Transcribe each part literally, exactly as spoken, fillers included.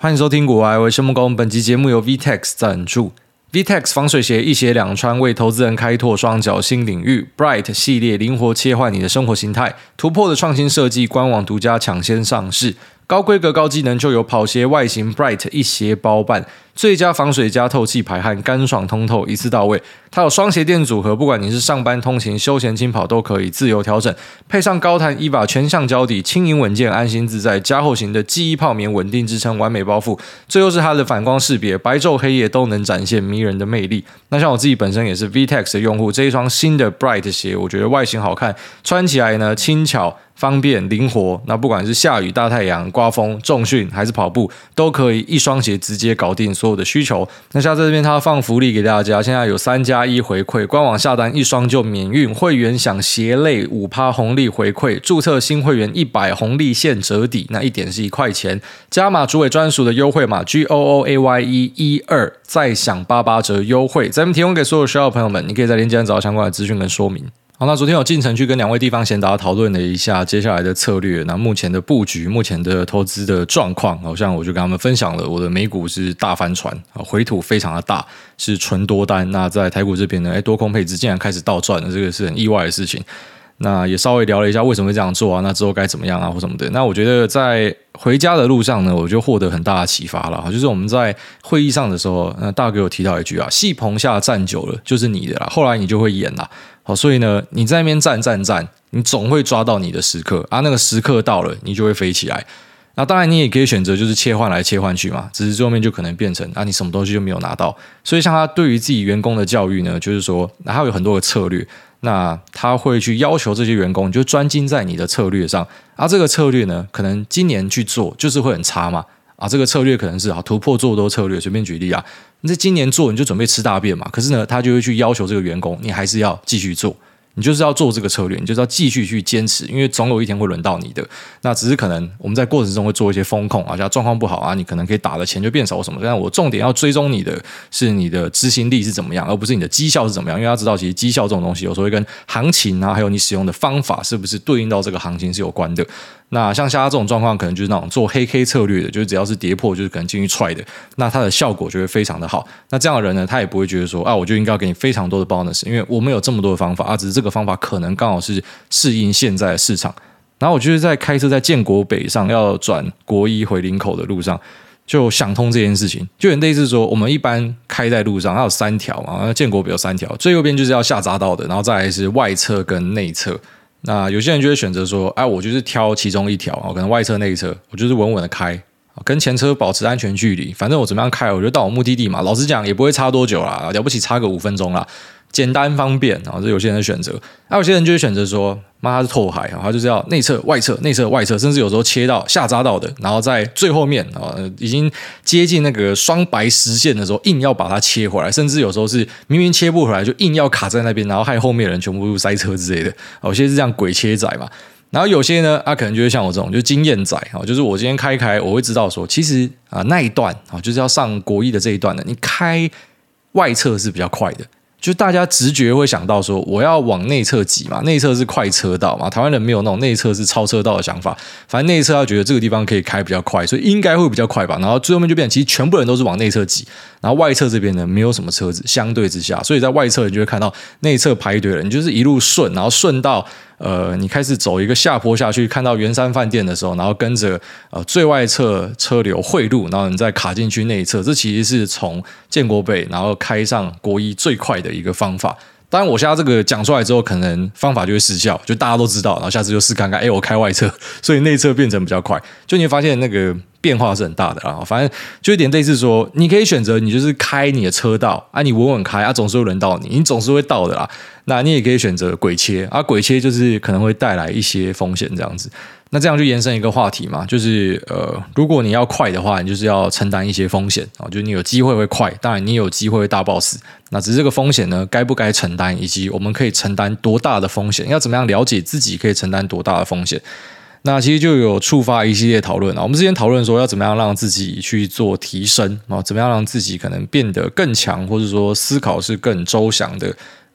欢迎收听股癌，我是孟工。本集节目由 V T E X 赞助。V T E X 防水鞋一鞋两穿，为投资人开拓双脚新领域。Bright 系列灵活切换你的生活形态，突破的创新设计，官网独家抢先上市。高规格高机能就有跑鞋外形 Bright 一鞋包办，最佳防水加透气排汗，干爽通透，一次到位。它有双鞋垫组合，不管你是上班通勤、休闲轻跑都可以自由调整。配上高弹 E V A 全橡胶底，轻盈稳健，安心自在。加厚型的记忆泡棉稳定支撑，完美包覆。最后是它的反光识别，白昼黑夜都能展现迷人的魅力。那像我自己本身也是 V T E X 的用户，这一双新的 Bright 鞋，我觉得外形好看，穿起来呢轻巧。方便灵活，那不管是下雨、大太阳、刮风、重训还是跑步，都可以一双鞋直接搞定所有的需求。那像这边它放福利给大家，现在有三加一回馈，官网下单一双就免运，会员享鞋类 百分之五 红利回馈，注册新会员一百红利现折抵，那一点是一块钱，加码主委专属的优惠码 G O O A Y E 一二，再享八八折优惠，咱们提供给所有需要的朋友们，你可以在链接上找到相关的资讯跟说明。好，那昨天有进城去跟两位地方贤达讨论了一下接下来的策略，那目前的布局、目前的投资的状况，好像我就跟他们分享了我的美股是大翻船，回吐非常的大，是纯多单。那在台股这边呢，诶多空配置竟然开始倒转了，这个是很意外的事情。那也稍微聊了一下为什么会这样做啊，那之后该怎么样啊或什么的。那我觉得在回家的路上呢，我就获得很大的启发了。就是我们在会议上的时候，那大哥有提到一句啊，戏棚下站久了就是你的啦，后来你就会演啦。好，所以呢，你在那边站站站，你总会抓到你的时刻啊，那个时刻到了，你就会飞起来。那当然，你也可以选择就是切换来切换去嘛，只是最后面就可能变成啊，你什么东西就没有拿到。所以像他对于自己员工的教育呢，就是说，他有很多的策略，那他会去要求这些员工，你就专精在你的策略上啊。这个策略呢，可能今年去做就是会很差嘛。啊，这个策略可能是啊突破做多策略，随便举例啊，你在今年做你就准备吃大便嘛，可是呢，他就会去要求这个员工，你还是要继续做。你就是要做这个策略，你就是要继续去坚持，因为总有一天会轮到你的。那只是可能我们在过程中会做一些风控啊，像状况不好啊，你可能可以打的钱就变少什么。但我重点要追踪你的是你的执行力是怎么样，而不是你的绩效是怎么样。因为要知道，其实绩效这种东西有时候会跟行情啊，还有你使用的方法是不是对应到这个行情是有关的。那像现在这种状况，可能就是那种做黑 K 策略的，就是只要是跌破，就是可能进去踹的，那它的效果就会非常的好。那这样的人呢，他也不会觉得说啊，我就应该要给你非常多的 bonus， 因为我们有这么多的方法啊，只是这个方法可能刚好是适应现在的市场。然后我就是在开车在建国北上要转国一回林口的路上，就想通这件事情，就很类似说，我们一般开在路上，它有三条嘛，建国北有三条，最右边就是要下匝道的，然后再来是外侧跟内侧。那有些人就会选择说，哎，我就是挑其中一条，可能外侧内侧，我就是稳稳的开，跟前车保持安全距离，反正我怎么样开，我就到我目的地嘛。老实讲，也不会差多久啦，了不起差个五分钟啦，简单方便啊，这有些人的选择。啊，有些人就会选择说，妈他是透海，他就是要内侧、外侧、内侧、外侧，甚至有时候切到下匝道的，然后在最后面啊，已经接近那个双白实线的时候，硬要把它切回来，甚至有时候是明明切不回来，就硬要卡在那边，然后害后面的人全部塞车之类的。有些是这样鬼切仔嘛。然后有些呢，啊，可能就会像我这种，就是经验仔啊，就是我今天开开，我会知道说，其实啊那一段啊，就是要上国一的这一段呢，你开外侧是比较快的。就大家直觉会想到说，我要往内侧挤嘛，内侧是快车道嘛，台湾人没有那种内侧是超车道的想法，反正内侧他觉得这个地方可以开比较快，所以应该会比较快吧。然后最后面就变成，其实全部人都是往内侧挤，然后外侧这边呢没有什么车子，相对之下，所以在外侧你就会看到内侧排队了，你就是一路顺，然后顺到。呃，你开始走一个下坡下去，看到圆山饭店的时候，然后跟着呃最外侧车流汇入，然后你再卡进去内侧，这其实是从建国北然后开上国一最快的一个方法。当然，我现在这个讲出来之后，可能方法就会失效，就大家都知道，然后下次就试看看，哎，我开外侧，所以内侧变成比较快，就你会发现那个变化是很大的啦。反正就有点类似说，你可以选择你就是开你的车道啊，你稳稳开啊，总是会轮到你，你总是会到的啦。那你也可以选择鬼切啊，鬼切就是可能会带来一些风险这样子。那这样就延伸一个话题嘛，就是呃，如果你要快的话，你就是要承担一些风险啊，就是你有机会会快，当然你有机会会大爆死。那只是这个风险呢，该不该承担，以及我们可以承担多大的风险，要怎么样了解自己可以承担多大的风险。那其实就有触发一系列讨论啊。我们之前讨论说要怎么样让自己去做提升啊，怎么样让自己可能变得更强，或者说思考是更周详的。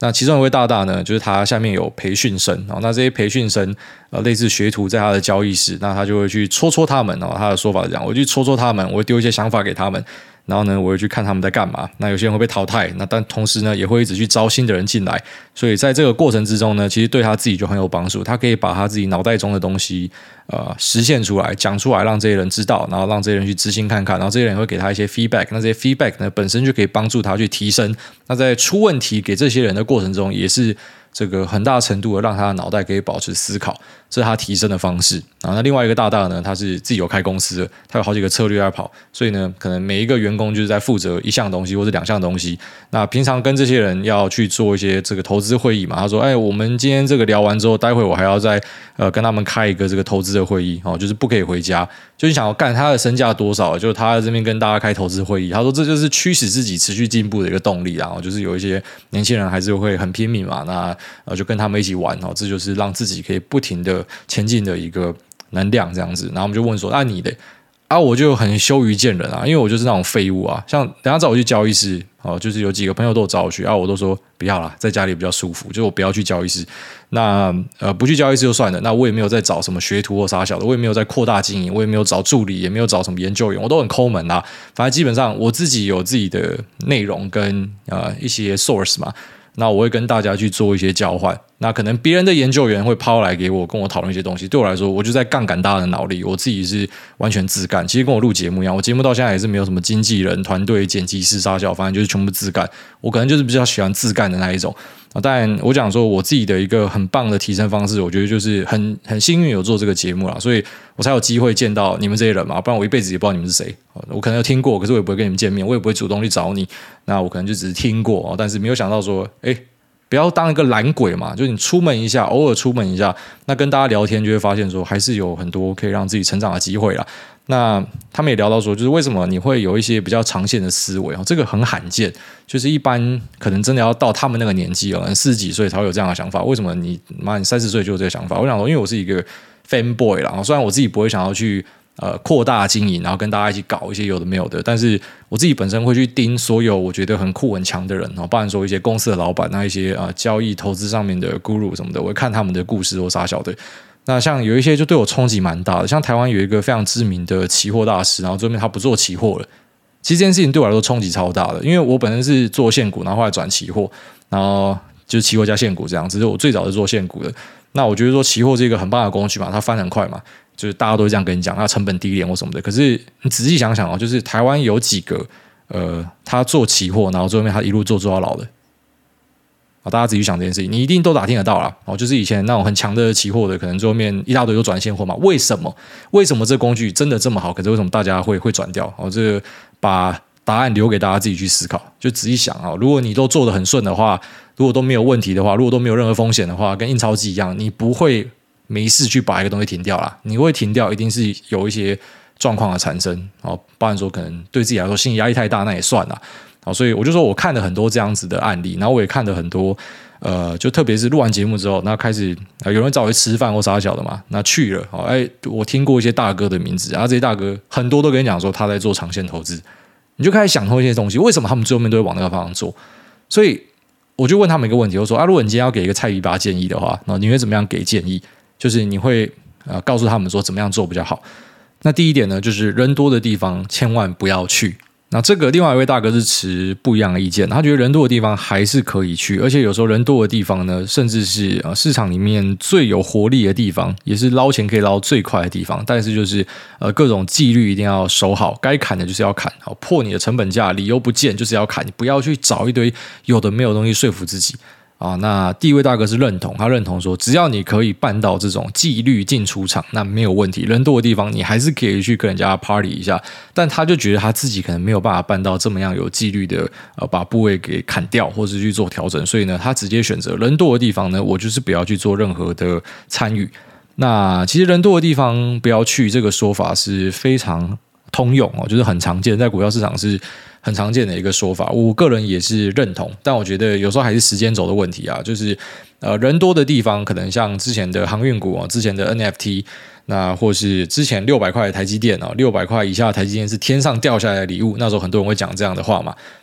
那其中一位大大呢，就是他下面有培训生哦，那这些培训生呃类似学徒在他的交易室，那他就会去戳戳他们哦，他的说法是这样，我去戳戳他们，我会丢一些想法给他们。然后呢，我会去看他们在干嘛。那有些人会被淘汰，那但同时呢，也会一直去招新的人进来。所以在这个过程之中呢，其实对他自己就很有帮助。他可以把他自己脑袋中的东西，呃，实现出来，讲出来，让这些人知道，然后让这些人去执行看看。然后这些人会给他一些 feedback， 那这些 feedback 呢，本身就可以帮助他去提升。那在出问题给这些人的过程中，也是这个很大程度的让他的脑袋可以保持思考，这是他提升的方式。然后那另外一个大大呢，他是自己有开公司的，他有好几个策略在跑，所以呢，可能每一个员工就是在负责一项东西或者两项东西。那平常跟这些人要去做一些这个投资会议嘛，他说：“哎，我们今天这个聊完之后，待会我还要再呃跟他们开一个这个投资的会议哦，就是不可以回家。就是想要干他的身价多少，就他在这边跟大家开投资会议。他说这就是驱使自己持续进步的一个动力啊，就是有一些年轻人还是会很拼命嘛，那呃就跟他们一起玩哦，这就是让自己可以不停的前进的一个能量这样子。然后我们就问说，那、啊、你的？啊，我就很羞于见人啊，因为我就是那种废物啊。像等一下找我去交易室，哦，就是有几个朋友都有找我去啊，我都说不要啦，在家里比较舒服，就我不要去交易室。那呃，不去交易室就算了，那我也没有在找什么学徒或啥小的，我也没有在扩大经营，我也没有找助理，也没有找什么研究员，我都很抠门啦。反正基本上我自己有自己的内容跟呃一些 source 嘛。那我会跟大家去做一些交换，那可能别人的研究员会抛来给我，跟我讨论一些东西。对我来说，我就在杠杆大家的脑力，我自己是完全自干。其实跟我录节目一样，我节目到现在也是没有什么经纪人、团队、剪辑师、杀小，反正就是全部自干。我可能就是比较喜欢自干的那一种。啊，当然我讲说我自己的一个很棒的提升方式，我觉得就是很很幸运有做这个节目啦，所以我才有机会见到你们这些人嘛，不然我一辈子也不知道你们是谁。我可能有听过，可是我也不会跟你们见面，我也不会主动去找你。那我可能就只是听过，但是没有想到说，哎。不要当一个懒鬼嘛，就是你出门一下，偶尔出门一下，那跟大家聊天就会发现说，还是有很多可以让自己成长的机会啦。那他们也聊到说，就是为什么你会有一些比较长线的思维，这个很罕见，就是一般可能真的要到他们那个年纪了，四十几岁才会有这样的想法。为什么你妈你三十岁就有这个想法？我想说，因为我是一个 fan boy 啦，虽然我自己不会想要去。呃，扩大经营，然后跟大家一起搞一些有的没有的，但是我自己本身会去盯所有我觉得很酷很强的人，然后包含说一些公司的老板，那一些呃交易投资上面的 guru 什么的，我会看他们的故事或啥小的。那像有一些就对我冲击蛮大的，像台湾有一个非常知名的期货大师，然后最后面他不做期货了。其实这件事情对我来说冲击超大的，因为我本身是做现股，然后后来转期货，然后就是期货加现股这样，只是我最早是做现股的。那我觉得说期货是一个很棒的工具嘛，它翻很快嘛。就是大家都会这样跟你讲，它成本低廉或什么的。可是你仔细想想哦，就是台湾有几个呃，他做期货，然后最后面他一路做做到老的啊，大家仔细想这件事情，你一定都打听得到啦。哦，就是以前那种很强的期货的，可能最后面一大堆都转现货嘛。为什么？为什么这工具真的这么好？可是为什么大家会会转掉？哦，这个把答案留给大家自己去思考。就仔细想啊，如果你都做得很顺的话，如果都没有问题的话，如果都没有任何风险的话，跟印钞机一样，你不会。没事去把一个东西停掉啦，你会停掉，一定是有一些状况的产生哦。包含说可能对自己来说心理压力太大，那也算啦。好，所以我就说我看了很多这样子的案例，然后我也看了很多，呃，就特别是录完节目之后，那开始、呃、有人找我去吃饭或啥小的嘛，那去了，哦，哎，我听过一些大哥的名字，然后这些大哥很多都跟你讲说他在做长线投资，你就开始想通一些东西，为什么他们最后面都会往那个方向做？所以我就问他们一个问题，我说啊，如果你今天要给一个菜逼巴建议的话，那你会怎么样给建议？就是你会呃告诉他们说怎么样做比较好。那第一点呢，就是人多的地方千万不要去。那这个另外一位大哥是持不一样的意见，他觉得人多的地方还是可以去，而且有时候人多的地方呢，甚至是呃市场里面最有活力的地方，也是捞钱可以捞最快的地方。但是就是呃各种纪律一定要守好，该砍的就是要砍，好破你的成本价，理由不见就是要砍，你不要去找一堆有的没有东西说服自己。啊，那第一位大哥是认同，他认同说，只要你可以办到这种纪律进出场，那没有问题。人多的地方，你还是可以去跟人家 party 一下。但他就觉得他自己可能没有办法办到这么样有纪律的，呃，把部位给砍掉，或是去做调整。所以呢，他直接选择人多的地方呢，我就是不要去做任何的参与。那其实人多的地方不要去，这个说法是非常通用哦，就是很常见，在股票市场是很常见的一个说法，我个人也是认同，但我觉得有时候还是时间轴的问题啊，就是呃人多的地方，可能像之前的航运股啊，之前的 N F T， 那或是之前六百块的台积电啊，六百块以下的台积电是天上掉下来的礼物，那时候很多人会讲这样的话嘛。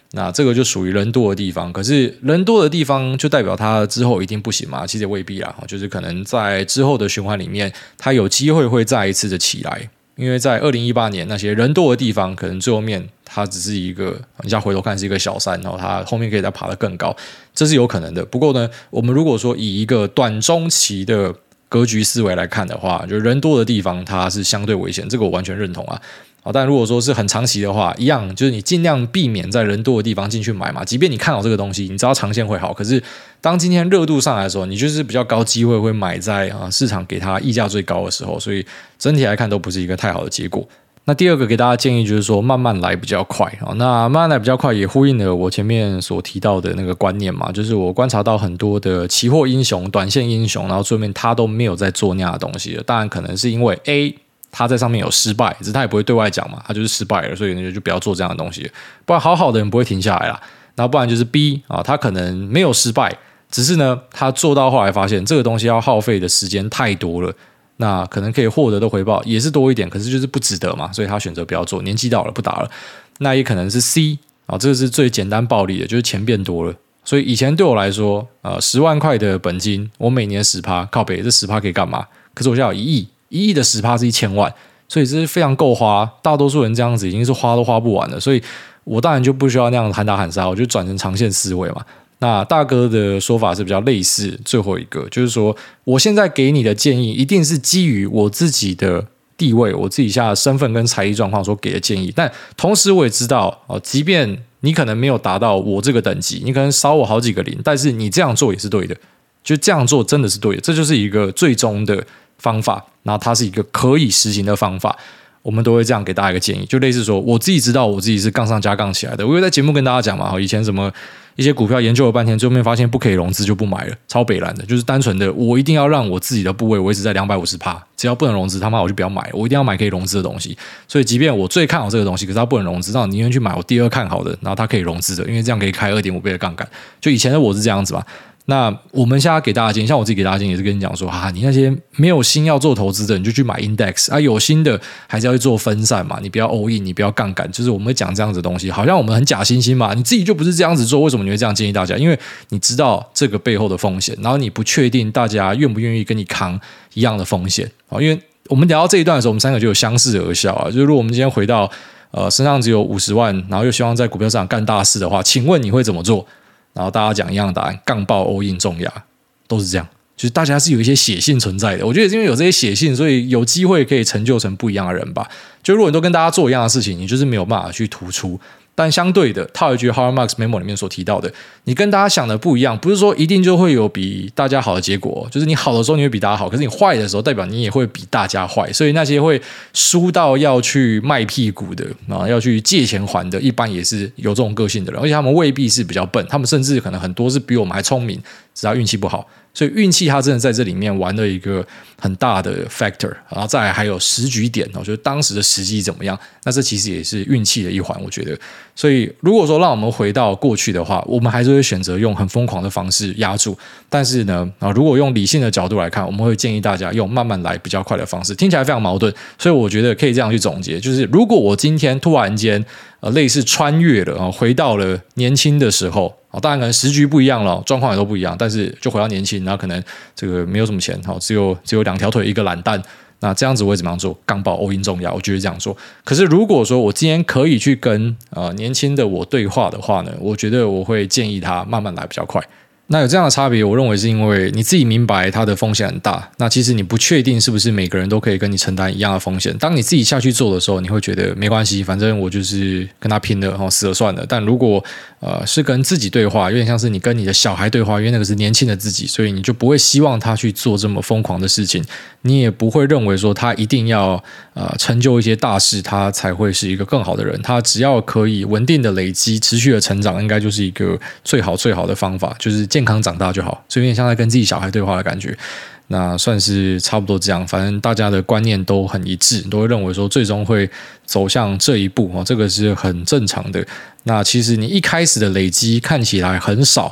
那这个就属于人多的地方，可是人多的地方就代表它之后一定不行吗？其实也未必啦，就是可能在之后的循环里面，它有机会会再一次的起来。因为在二零一八年那些人多的地方，可能最后面它只是一个，你再回头看是一个小山，然后它后面可以再爬得更高，这是有可能的。不过呢，我们如果说以一个短中期的格局思维来看的话，就人多的地方它是相对危险，这个我完全认同啊。但如果说是很长期的话，一样就是你尽量避免在人多的地方进去买嘛。即便你看好这个东西，你知道长线会好，可是当今天热度上来的时候，你就是比较高机会会买在啊市场给它溢价最高的时候，所以整体来看都不是一个太好的结果。那第二个给大家建议就是说，慢慢来比较快啊。那慢慢来比较快，也呼应了我前面所提到的那个观念嘛，就是我观察到很多的期货英雄、短线英雄，然后最后面他都没有在做那样的东西了。当然，可能是因为 A。他在上面有失败，只是他也不会对外讲嘛，他就是失败了，所以呢就不要做这样的东西，不然好好的人不会停下来啦。然后不然就是 B 啊，他可能没有失败，只是呢他做到后来发现这个东西要耗费的时间太多了，那可能可以获得的回报也是多一点，可是就是不值得嘛，所以他选择不要做，年纪到了不打了。那也可能是 C 啊，这个是最简单暴力的，就是钱变多了。所以以前对我来说，呃，十万块的本金，我每年十趴，靠北，这十趴可以干嘛？可是我现在有一亿。一亿的十趴是一千万，所以这是非常够花。大多数人这样子已经是花都花不完了，所以我当然就不需要那样喊打喊杀，我就转成长线思维嘛。那大哥的说法是比较类似，最后一个就是说，我现在给你的建议一定是基于我自己的地位、我自己下的身份跟财力状况所给的建议，但同时我也知道，哦，即便你可能没有达到我这个等级，你可能少我好几个零，但是你这样做也是对的，就这样做真的是对的，这就是一个最终的方法，然后它是一个可以实行的方法，我们都会这样给大家一个建议，就类似说我自己知道我自己是杠上加杠起来的，我有在节目跟大家讲嘛，以前什么一些股票研究了半天，最后面发现不可以融资就不买了，超北蓝的，就是单纯的我一定要让我自己的部位维持在 两百五十趴， 只要不能融资他妈我就不要买，我一定要买可以融资的东西，所以即便我最看好这个东西，可是它不能融资，那我宁愿去买我第二看好的，然后它可以融资的，因为这样可以开 二点五倍的杠杆，就以前的我是这样子嘛。那我们现在给大家建议，像我自己给大家建议也是跟你讲说，啊，你那些没有心要做投资的，你就去买 index 啊，有心的还是要去做分散嘛，你不要 all in， 你不要杠杆，就是我们会讲这样子的东西，好像我们很假惺惺嘛，你自己就不是这样子做，为什么你会这样建议大家？因为你知道这个背后的风险，然后你不确定大家愿不愿意跟你扛一样的风险啊。因为我们聊到这一段的时候，我们三个就有相视而笑啊，就是如果我们今天回到呃身上只有五十万，然后又希望在股票市场干大事的话，请问你会怎么做？然后大家讲一样的答案，杠爆 all in 重压，都是这样，就是大家是有一些血性存在的。我觉得是因为有这些血性，所以有机会可以成就成不一样的人吧。就如果你都跟大家做一样的事情，你就是没有办法去突出。但相对的，套一句 Howard Marks memo 里面所提到的，你跟大家想的不一样，不是说一定就会有比大家好的结果，就是你好的时候你会比大家好，可是你坏的时候代表你也会比大家坏，所以那些会输到要去卖屁股的啊，要去借钱还的，一般也是有这种个性的人，而且他们未必是比较笨，他们甚至可能很多是比我们还聪明，只要运气不好。所以运气它真的在这里面玩了一个很大的 factor， 然后再来还有时局点，就是当时的时机怎么样，那这其实也是运气的一环，我觉得。所以如果说让我们回到过去的话，我们还是会选择用很疯狂的方式压住，但是呢，如果用理性的角度来看，我们会建议大家用慢慢来比较快的方式，听起来非常矛盾，所以我觉得可以这样去总结，就是如果我今天突然间呃类似穿越了，回到了年轻的时候，当然可能时局不一样了，状况也都不一样，但是就回到年轻，然后可能这个没有什么钱，只有只有两条腿一个懒蛋，那这样子我会怎么样做？杠爆 all in 重压，我觉得这样做。可是如果说我今天可以去跟呃年轻的我对话的话呢，我觉得我会建议他慢慢来比较快。那有这样的差别，我认为是因为你自己明白它的风险很大，那其实你不确定是不是每个人都可以跟你承担一样的风险。当你自己下去做的时候，你会觉得没关系，反正我就是跟他拼了，然后死了算了。但如果呃是跟自己对话，有点像是你跟你的小孩对话，因为那个是年轻的自己，所以你就不会希望他去做这么疯狂的事情，你也不会认为说他一定要呃成就一些大事，他才会是一个更好的人。他只要可以稳定的累积、持续的成长，应该就是一个最好最好的方法，就是健康长大就好，所以有点像在跟自己小孩对话的感觉。那算是差不多这样，反正大家的观念都很一致，都会认为说最终会走向这一步，这个是很正常的。那其实你一开始的累积看起来很少，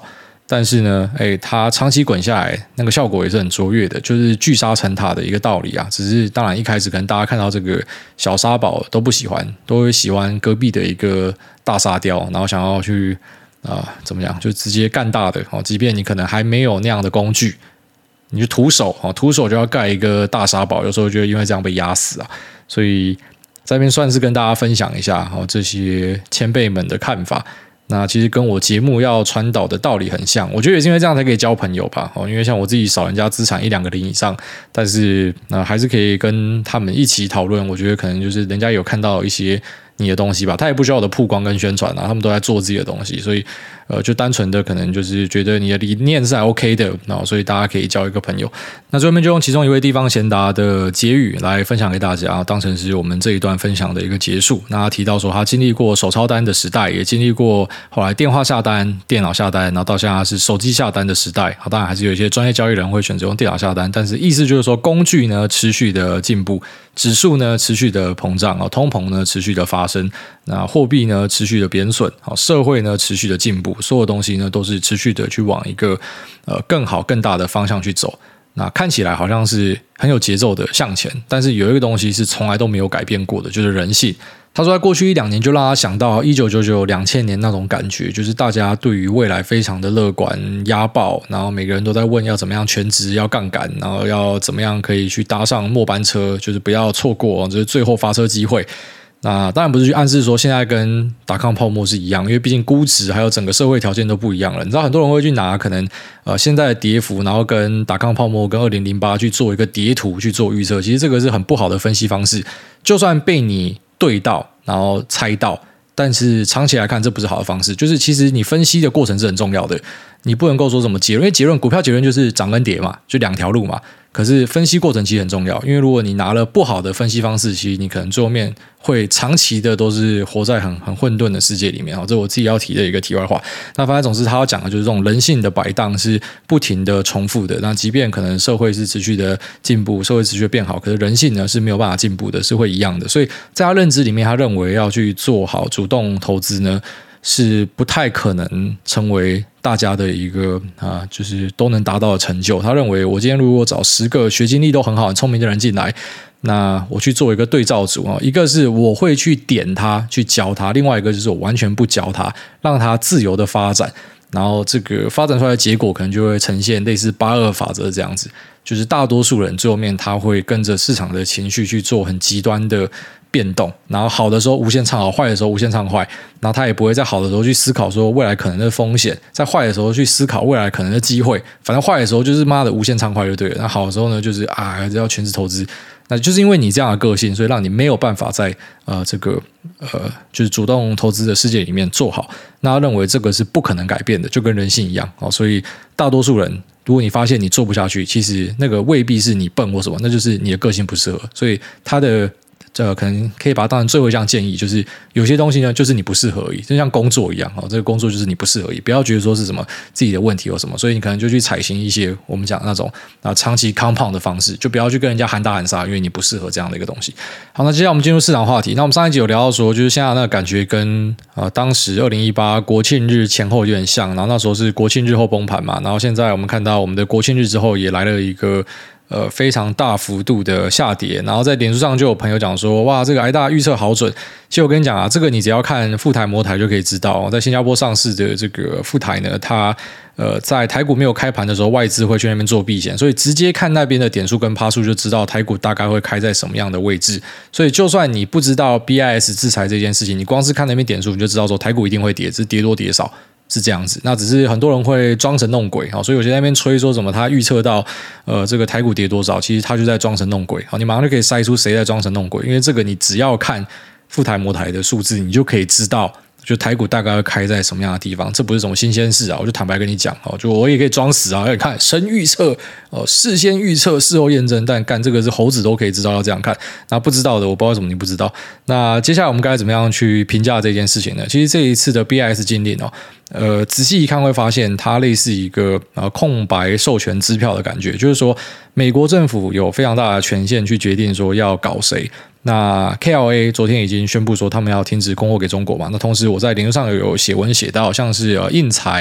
但是呢，哎，它长期滚下来，那个效果也是很卓越的，就是聚沙成塔的一个道理啊。只是当然一开始可能大家看到这个小沙堡都不喜欢，都会喜欢隔壁的一个大沙雕，然后想要去啊、呃、怎么样，就直接干大的哦。即便你可能还没有那样的工具，你就徒手哦，徒手就要盖一个大沙堡，有时候就因为这样被压死啊。所以在这边算是跟大家分享一下哦这些前辈们的看法。那其实跟我节目要传导的道理很像，我觉得也是因为这样才可以交朋友吧。哦，因为像我自己少人家资产一两个零以上，但是那、呃、还是可以跟他们一起讨论。我觉得可能就是人家有看到一些你的东西吧，他也不需要我的曝光跟宣传啊，他们都在做自己的东西，所以呃，就单纯的可能就是觉得你的理念是还 OK 的，然后所以大家可以交一个朋友。那最后面就用其中一位地方贤达的结语来分享给大家，当成是我们这一段分享的一个结束。那他提到说，他经历过手抄单的时代，也经历过后来电话下单、电脑下单，然后到现在是手机下单的时代。当然还是有一些专业交易人会选择用电脑下单，但是意思就是说，工具呢持续的进步，指数呢持续的膨胀，通膨呢持续的发生，那货币呢持续的贬损，社会呢持续的进步，所有东西呢都是持续的去往一个呃更好更大的方向去走。那看起来好像是很有节奏的向前，但是有一个东西是从来都没有改变过的，就是人性。他说在过去一两年就让他想到一九九九、两千年那种感觉，就是大家对于未来非常的乐观、压爆，然后每个人都在问要怎么样全职、要杠杆，然后要怎么样可以去搭上末班车，就是不要错过就是最后发车机会。那当然不是去暗示说现在跟达康泡沫是一样，因为毕竟估值还有整个社会条件都不一样了。你知道很多人会去拿可能呃现在的跌幅，然后跟达康泡沫跟二零零八去做一个跌图去做预测，其实这个是很不好的分析方式。就算被你对到，然后猜到，但是长期来看这不是好的方式。就是其实你分析的过程是很重要的，你不能够说什么结论，因为结论股票结论就是涨跟跌嘛，就两条路嘛。可是分析过程其实很重要，因为如果你拿了不好的分析方式，其实你可能最后面会长期的都是活在很很混沌的世界里面。这是我自己要提的一个题外话。那反正总之他要讲的就是这种人性的摆荡是不停的重复的。那即便可能社会是持续的进步，社会持续的变好，可是人性呢是没有办法进步的，是会一样的。所以在他认知里面，他认为要去做好主动投资呢，是不太可能成为大家的一个啊，就是都能达到的成就。他认为，我今天如果找十个学经历都很好、很聪明的人进来，那我去做一个对照组啊，一个是我会去点他、去教他，另外一个就是我完全不教他，让他自由的发展。然后这个发展出来的结果可能就会呈现类似八二法则这样子，就是大多数人最后面他会跟着市场的情绪去做很极端的变动，然后好的时候无限唱好，坏的时候无限唱坏，然后他也不会在好的时候去思考说未来可能的风险，在坏的时候去思考未来可能的机会，反正坏的时候就是妈的无限唱坏就对了，那好的时候呢就是啊要全职投资。那就是因为你这样的个性，所以让你没有办法在呃这个呃就是主动投资的世界里面做好。那他认为这个是不可能改变的，就跟人性一样哦。所以大多数人，如果你发现你做不下去，其实那个未必是你笨或什么，那就是你的个性不适合。所以他的这可能可以把它当成最后一项建议，就是有些东西呢，就是你不适合而已，就像工作一样哦，这个工作就是你不适合而已，不要觉得说是什么自己的问题或什么，所以你可能就去采行一些我们讲那种啊长期 compound 的方式，就不要去跟人家喊打喊杀，因为你不适合这样的一个东西。好，那接下来我们进入市场话题。那我们上一集有聊到说，就是现在那个感觉跟呃当时二零一八国庆日前后有点像，然后那时候是国庆日后崩盘嘛，然后现在我们看到我们的国庆日之后也来了一个。呃，非常大幅度的下跌，然后在脸书上就有朋友讲说，哇，这个挨大预测好准。其实我跟你讲啊，这个你只要看富台摩台就可以知道，在新加坡上市的这个富台呢，它呃在台股没有开盘的时候，外资会去那边做避险，所以直接看那边的点数跟趴数就知道台股大概会开在什么样的位置。所以就算你不知道 B I S 制裁这件事情，你光是看那边点数，你就知道说台股一定会跌，只是跌多跌少。是这样子，那只是很多人会装神弄鬼，所以我在那边吹说什么他预测到呃这个台股跌多少，其实他就在装神弄鬼。好，你马上就可以筛出谁在装神弄鬼，因为这个你只要看富台摩台的数字，你就可以知道。就台股大概会开在什么样的地方，这不是什么新鲜事啊！我就坦白跟你讲哦，就我也可以装死啊！你看神预测哦，事先预测，事后验证，但干这个是猴子都可以知道要这样看。那不知道的，我不知道为什么你不知道。那接下来我们该怎么样去评价这件事情呢？其实这一次的 B I S 禁令哦，呃，仔细一看会发现它类似一个呃空白授权支票的感觉，就是说美国政府有非常大的权限去决定说要搞谁。那 K L A 昨天已经宣布说他们要停止供货给中国嘛，那同时我在脸书上有写文写到像是呃印材，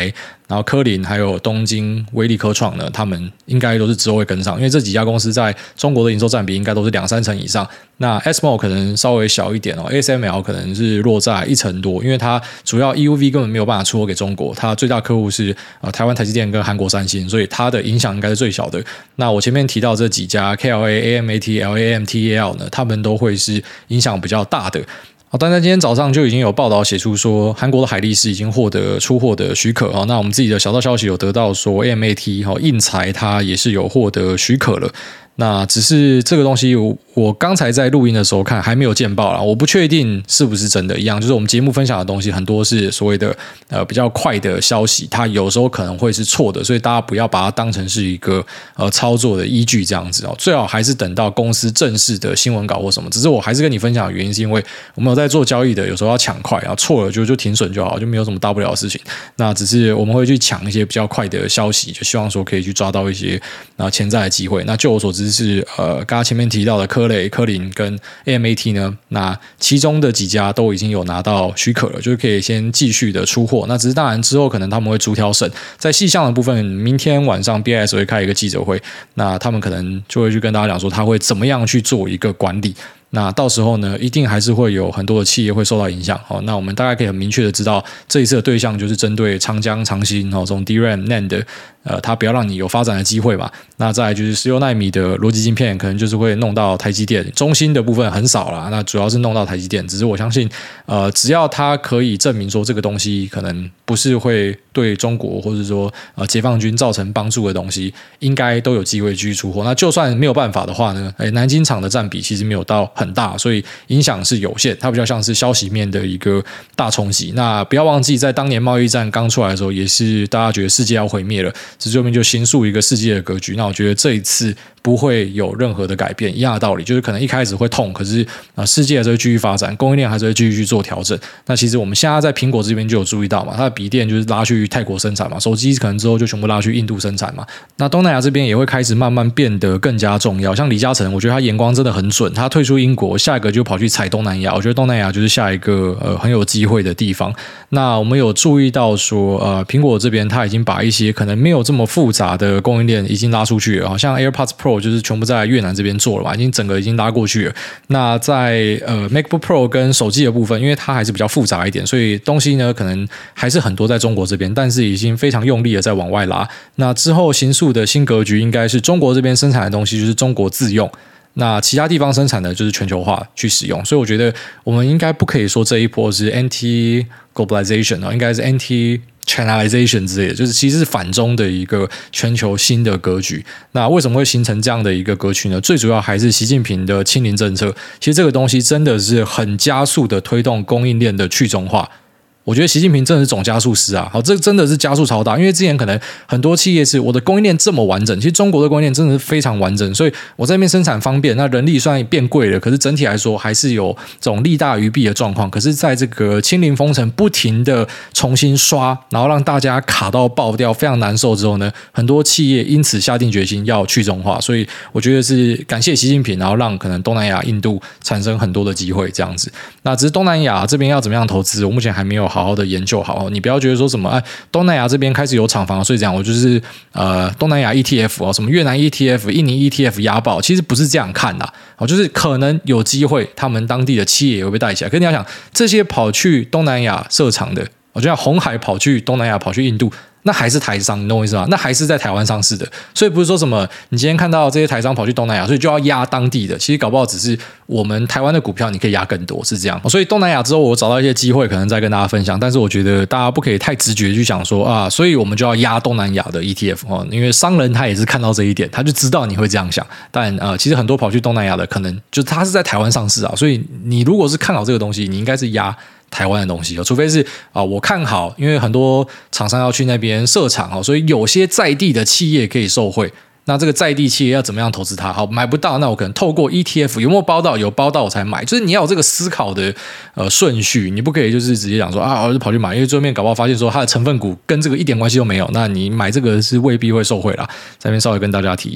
然后科林还有东京威力科创呢，他们应该都是之后会跟上，因为这几家公司在中国的营收占比应该都是两三成以上。那 S M O 可能稍微小一点哦 ，A S M L 可能是落在一成多，因为它主要 E U V 根本没有办法出货给中国，它最大客户是呃台湾台积电跟韩国三星，所以它的影响应该是最小的。那我前面提到这几家 K L A、A M A T、L A M T A L 呢，他们都会是影响比较大的。好，但在今天早上就已经有报道写出说，韩国的海力士已经获得出货的许可啊。那我们自己的小道消息有得到说 ，A M A T 哈印材它也是有获得许可了。那只是这个东西我，我刚才在录音的时候看还没有见报啦，我不确定是不是真的一样。就是我们节目分享的东西很多是所谓的呃比较快的消息，它有时候可能会是错的，所以大家不要把它当成是一个呃操作的依据这样子哦。最好还是等到公司正式的新闻稿或什么。只是我还是跟你分享的原因是因为我们有在做交易的，有时候要抢快，然后错了就就停损就好，就没有什么大不了的事情。那只是我们会去抢一些比较快的消息，就希望说可以去抓到一些呃潜在的机会。那就我所知。是呃，刚刚前面提到的科雷、科林跟 A M A T 呢，那其中的几家都已经有拿到许可了，就是可以先继续的出货。那只是当然之后可能他们会逐条审，在细项的部分，明天晚上 B I S 会开一个记者会，那他们可能就会去跟大家讲说，他会怎么样去做一个管理。那到时候呢，一定还是会有很多的企业会受到影响。哦，那我们大概可以很明确的知道，这一次的对象就是针对长江、长兴哦，这种 D RAM、N A N D 呃，它不要让你有发展的机会嘛。那再来就是十六奈米的逻辑晶片，可能就是会弄到台积电，中芯的部分很少啦，那主要是弄到台积电。只是我相信，呃，只要它可以证明说这个东西可能不是会对中国或者说呃解放军造成帮助的东西，应该都有机会继续出货。那就算没有办法的话呢，哎，南京厂的占比其实没有到很大，所以影响是有限，它比较像是消息面的一个大冲击。那不要忘记，在当年贸易战刚出来的时候，也是大家觉得世界要毁灭了，只是后面就形塑一个世界的格局。那我觉得这一次不会有任何的改变，一样的道理，就是可能一开始会痛，可是呃，世界还是会继续发展，供应链还是会继续去做调整。那其实我们现在在苹果这边就有注意到嘛，它的笔电就是拉去泰国生产嘛，手机可能之后就全部拉去印度生产嘛。那东南亚这边也会开始慢慢变得更加重要，像李嘉诚，我觉得他眼光真的很准，他退出英国，下一个就跑去踩东南亚，我觉得东南亚就是下一个呃很有机会的地方。那我们有注意到说，呃，苹果这边他已经把一些可能没有这么复杂的供应链已经拉出去了，好像 AirPods Pro 就是全部在越南这边做了嘛，已经整个已经拉过去了。那在呃 MacBook Pro 跟手机的部分，因为它还是比较复杂一点，所以东西呢可能还是很多在中国这边，但是已经非常用力的在往外拉。那之后形塑的新格局应该是中国这边生产的东西就是中国自用。那其他地方生产的就是全球化去使用，所以我觉得我们应该不可以说这一波是 anti globalization 应该是 anti Chinalization 之类的，就是其实是反中的一个全球新的格局。那为什么会形成这样的一个格局呢？最主要还是习近平的清零政策，其实这个东西真的是很加速的推动供应链的去中化。我觉得习近平真的是总加速师啊！好，这真的是加速超大，因为之前可能很多企业是我的供应链这么完整，其实中国的供应链真的是非常完整，所以我在那边生产方便，那人力虽然变贵了，可是整体来说还是有这种利大于弊的状况。可是在这个清零封城不停的重新刷，然后让大家卡到爆掉，非常难受之后呢，很多企业因此下定决心要去中化，所以我觉得是感谢习近平，然后让可能东南亚、印度产生很多的机会这样子。那只是东南亚这边要怎么样投资，我目前还没有好好的研究好，你不要觉得说什么哎，东南亚这边开始有厂房，所以这样我就是呃东南亚 E T F 哦，什么越南 E T F、印尼 E T F 押宝，其实不是这样看的哦，就是可能有机会，他们当地的企业也会被带起来。可是你要想，这些跑去东南亚设厂的，我就像鸿海跑去东南亚，跑去印度。那还是台商，你懂我意思吗？那还是在台湾上市的，所以不是说什么你今天看到这些台商跑去东南亚，所以就要压当地的。其实搞不好只是我们台湾的股票，你可以压更多，是这样。所以东南亚之后，我找到一些机会，可能再跟大家分享。但是我觉得大家不可以太直觉去想说啊，所以我们就要压东南亚的 E T F 哦，因为商人他也是看到这一点，他就知道你会这样想。但呃，其实很多跑去东南亚的，可能就是他是在台湾上市啊，所以你如果是看好这个东西，你应该是压台湾的东西，除非是啊，我看好，因为很多厂商要去那边设厂哦，所以有些在地的企业可以受惠。那这个在地企业要怎么样投资它？好，买不到，那我可能透过 E T F 有没有包到？有包到我才买，就是你要有这个思考的呃顺序，你不可以就是直接讲说啊，我就跑去买，因为最后面搞不好发现说它的成分股跟这个一点关系都没有，那你买这个是未必会受惠啦。在这边稍微跟大家提一下。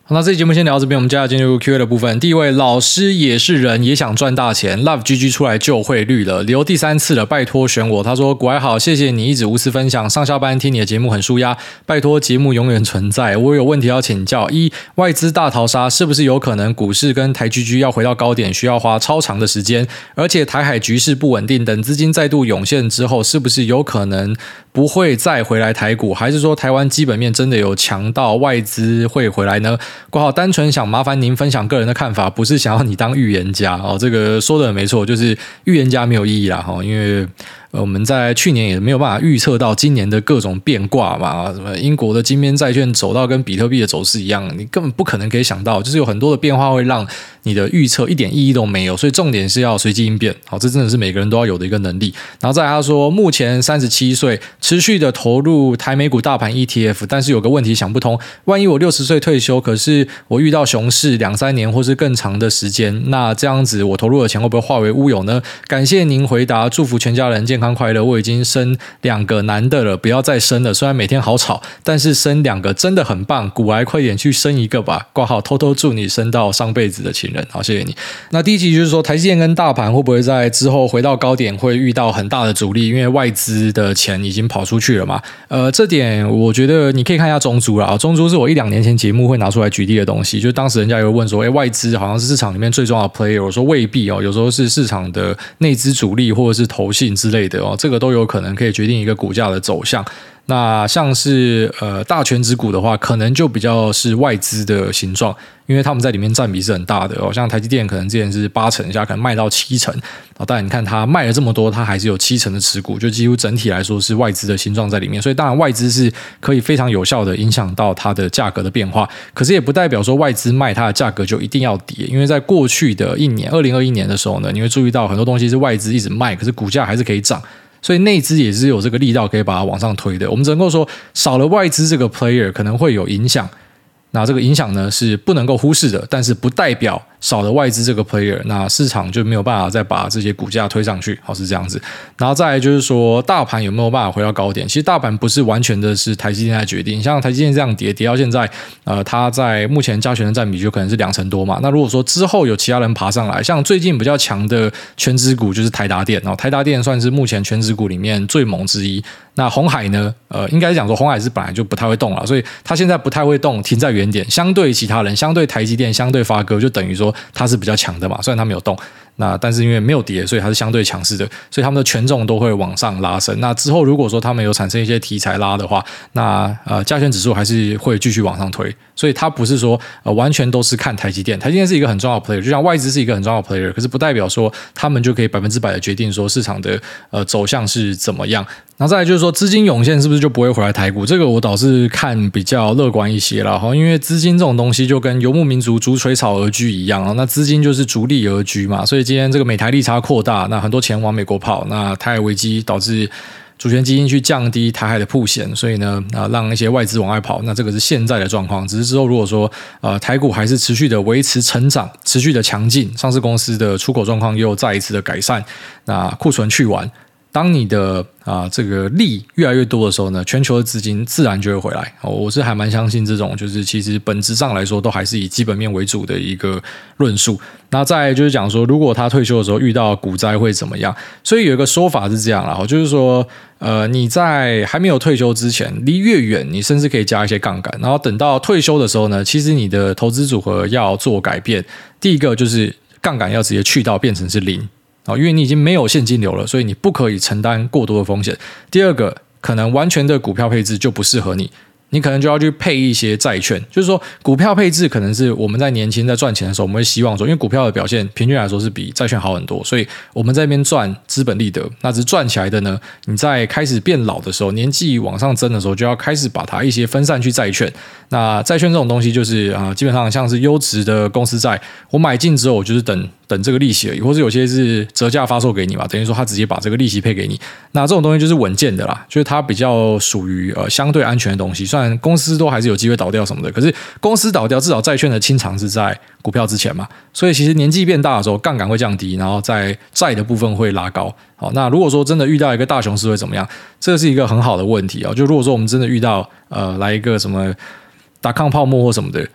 那这期节目先聊到这边，我们接下来进入 Q A 的部分。第一位老师也是人，也想赚大钱 ，Love G G 出来救汇率了，留第三次了，拜托选我。他说：“古爱好，谢谢你一直无私分享，上下班听你的节目很舒压，拜托节目永远存在。我有问题要请教：一、外资大逃杀是不是有可能股市跟台 G G 要回到高点需要花超长的时间？而且台海局势不稳定，等资金再度涌现之后，是不是有可能不会再回来台股？还是说台湾基本面真的有强到外资会回来呢？”括号单纯想麻烦您分享个人的看法，不是想要你当预言家哦。这个说的没错，就是预言家没有意义啦哈，因为呃我们在去年也没有办法预测到今年的各种变卦嘛，什么英国的金边债券走到跟比特币的走势一样，你根本不可能可以想到，就是有很多的变化会让你的预测一点意义都没有，所以重点是要随机应变。好，这真的是每个人都要有的一个能力。然后再来他说，目前三十七岁，持续的投入台美股大盘 E T F， 但是有个问题想不通，万一我六十岁退休，可是我遇到熊市两三年或是更长的时间，那这样子我投入的钱会不会化为乌有呢？感谢您回答，祝福全家人健康快乐。我已经生两个男的了，不要再生了，虽然每天好吵，但是生两个真的很棒，股癌快点去生一个吧，挂号偷偷祝你生到上辈子的情人。好，谢谢你。那第一集就是说台积电跟大盘会不会在之后回到高点会遇到很大的阻力，因为外资的钱已经跑出去了嘛。呃，这点我觉得你可以看一下中租啦，中租是我一两年前节目会拿出来举例的东西，就当时人家有问说，哎，外资好像是市场里面最重要的 player， 我说未必哦，有时候是市场的内资主力或者是投信之类的哦，这个都有可能可以决定一个股价的走向。那像是呃大权值股的话，可能就比较是外资的形状，因为他们在里面占比是很大的哦。像台积电可能之前是八成，现在可能卖到七成，哦，但你看它卖了这么多，它还是有七成的持股，就几乎整体来说是外资的形状在里面。所以当然外资是可以非常有效的影响到它的价格的变化，可是也不代表说外资卖它的价格就一定要跌，因为在过去的一年，二零二一年的时候呢，你会注意到很多东西是外资一直卖，可是股价还是可以涨。所以内资也是有这个力道可以把它往上推的，我们只能够说少了外资这个 player 可能会有影响，那这个影响呢是不能够忽视的，但是不代表少了外资这个 player， 那市场就没有办法再把这些股价推上去，好，是这样子。然后再来就是说大盘有没有办法回到高点，其实大盘不是完全的是台积电来决定，像台积电这样跌跌到现在，呃，它在目前加权的占比就可能是两成多嘛，那如果说之后有其他人爬上来，像最近比较强的全指股就是台达电，然后台达电算是目前全指股里面最猛之一。那鸿海呢，呃，应该讲说鸿海是本来就不太会动了，所以它现在不太会动，停在原点，相对其他人，相对台积电，相对发哥，就等于说它是比较强的嘛，虽然它没有动，那但是因为没有跌，所以它是相对强势的，所以他们的权重都会往上拉升。那之后如果说他们有产生一些题材拉的话，那呃加权指数还是会继续往上推，所以它不是说呃完全都是看台积电，台积电是一个很重要的 player， 就像外资是一个很重要的 player， 可是不代表说他们就可以百分之百的决定说市场的呃走向是怎么样。然后再来就是说资金涌现是不是就不会回来台股，这个我倒是看比较乐观一些啦，因为资金这种东西就跟游牧民族逐水草而居一样，那资金就是逐利而居嘛，所以今天这个美台利差扩大，那很多钱往美国跑，那台海危机导致主权基金去降低台海的曝险，所以呢，呃，让一些外资往外跑，那这个是现在的状况。只是之后如果说呃台股还是持续的维持成长，持续的强劲，上市公司的出口状况又再一次的改善，那库存去完。当你的啊、呃、这个利越来越多的时候呢，全球的资金自然就会回来。哦、我是还蛮相信这种，就是其实本质上来说都还是以基本面为主的一个论述。那再来就是讲说，如果他退休的时候遇到股灾会怎么样？所以有一个说法是这样啦，就是说，呃，你在还没有退休之前，离越远，你甚至可以加一些杠杆，然后等到退休的时候呢，其实你的投资组合要做改变。第一个就是杠杆要直接去到变成是零。因为你已经没有现金流了，所以你不可以承担过多的风险。第二个，可能完全的股票配置就不适合你，你可能就要去配一些债券，就是说股票配置可能是我们在年轻在赚钱的时候，我们会希望说，因为股票的表现平均来说是比债券好很多，所以我们在那边赚资本利得，那只是赚起来的呢，你在开始变老的时候，年纪往上增的时候，就要开始把它一些分散去债券。那债券这种东西就是啊、呃，基本上像是优质的公司债，我买进之后，我就是等等这个利息而已，或者有些是折价发售给你嘛，等于说他直接把这个利息配给你。那这种东西就是稳健的啦，就是它比较属于呃相对安全的东西。虽然公司都还是有机会倒掉什么的，可是公司倒掉，至少债券的清偿是在股票之前嘛。所以其实年纪变大的时候，杠杆会降低，然后在债的部分会拉高。好，那如果说真的遇到一个大熊市会怎么样？这是一个很好的问题啊。就如果说我们真的遇到呃来一个什么打抗泡沫或什么的，